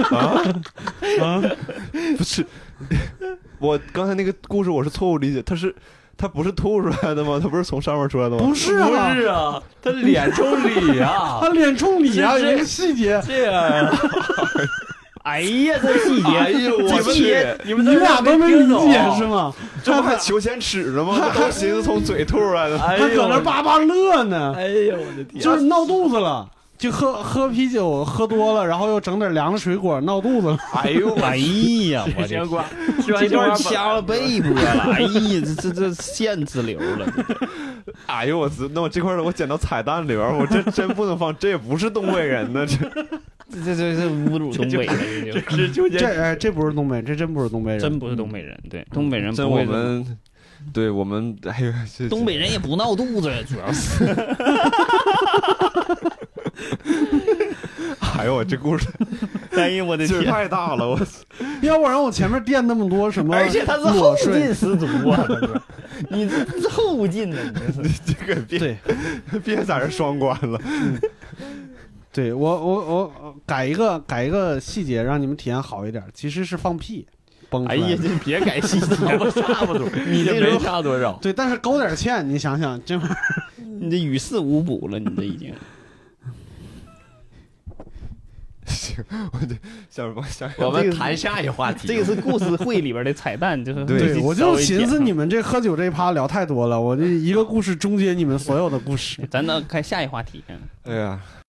不是。我刚才那个故事我是错误理解，他不是吐出来的吗？他不是从上面出来的吗？ 不是啊，他脸冲里啊， 他脸冲里啊，有个细节这样。 哎呀，这细节！ 哎呦，我去！ 你俩都没理解是吗？ 这不还求钱尺呢吗？都寻思从嘴吐出来的。 他搁那巴巴乐呢。 哎呦，我的天！ 就是闹肚子了。就喝啤酒喝多了，然后又整点凉的水果，闹肚子了。 哎呦，哎呀，我的香瓜， 这段掐了背部了。哎呀，这线之流了。 哎呦，那我这块我剪到彩蛋里边，我这真不能放，这也不是东北人呢，这侮辱东北人。这不是东北，这真不是东北人， 真不是东北人。对，东北人不会。 对我们，哎呦， 东北人也不闹肚子，主要是。 哎呦我这故事， 哎呦我的天， 太大了，我要不然我前面垫那么多什么， 而且他是后劲十足啊，你这是后劲呢， 你这个别在这双关了。 对我改一个细节，让你们体验好一点，其实是放屁。 哎呀，这别改细节， 差不多，你这没差多少。 对，但是勾点芡，你想想，这玩意儿， 你这与世无补了，你这已经。 行，我这想我们谈下一话题。 这个是故事会里边的彩蛋，就是对，我就寻思你们这喝酒这一趴聊太多了，我这一个故事终结你们所有的故事。 咱能开下一话题。 哎呀。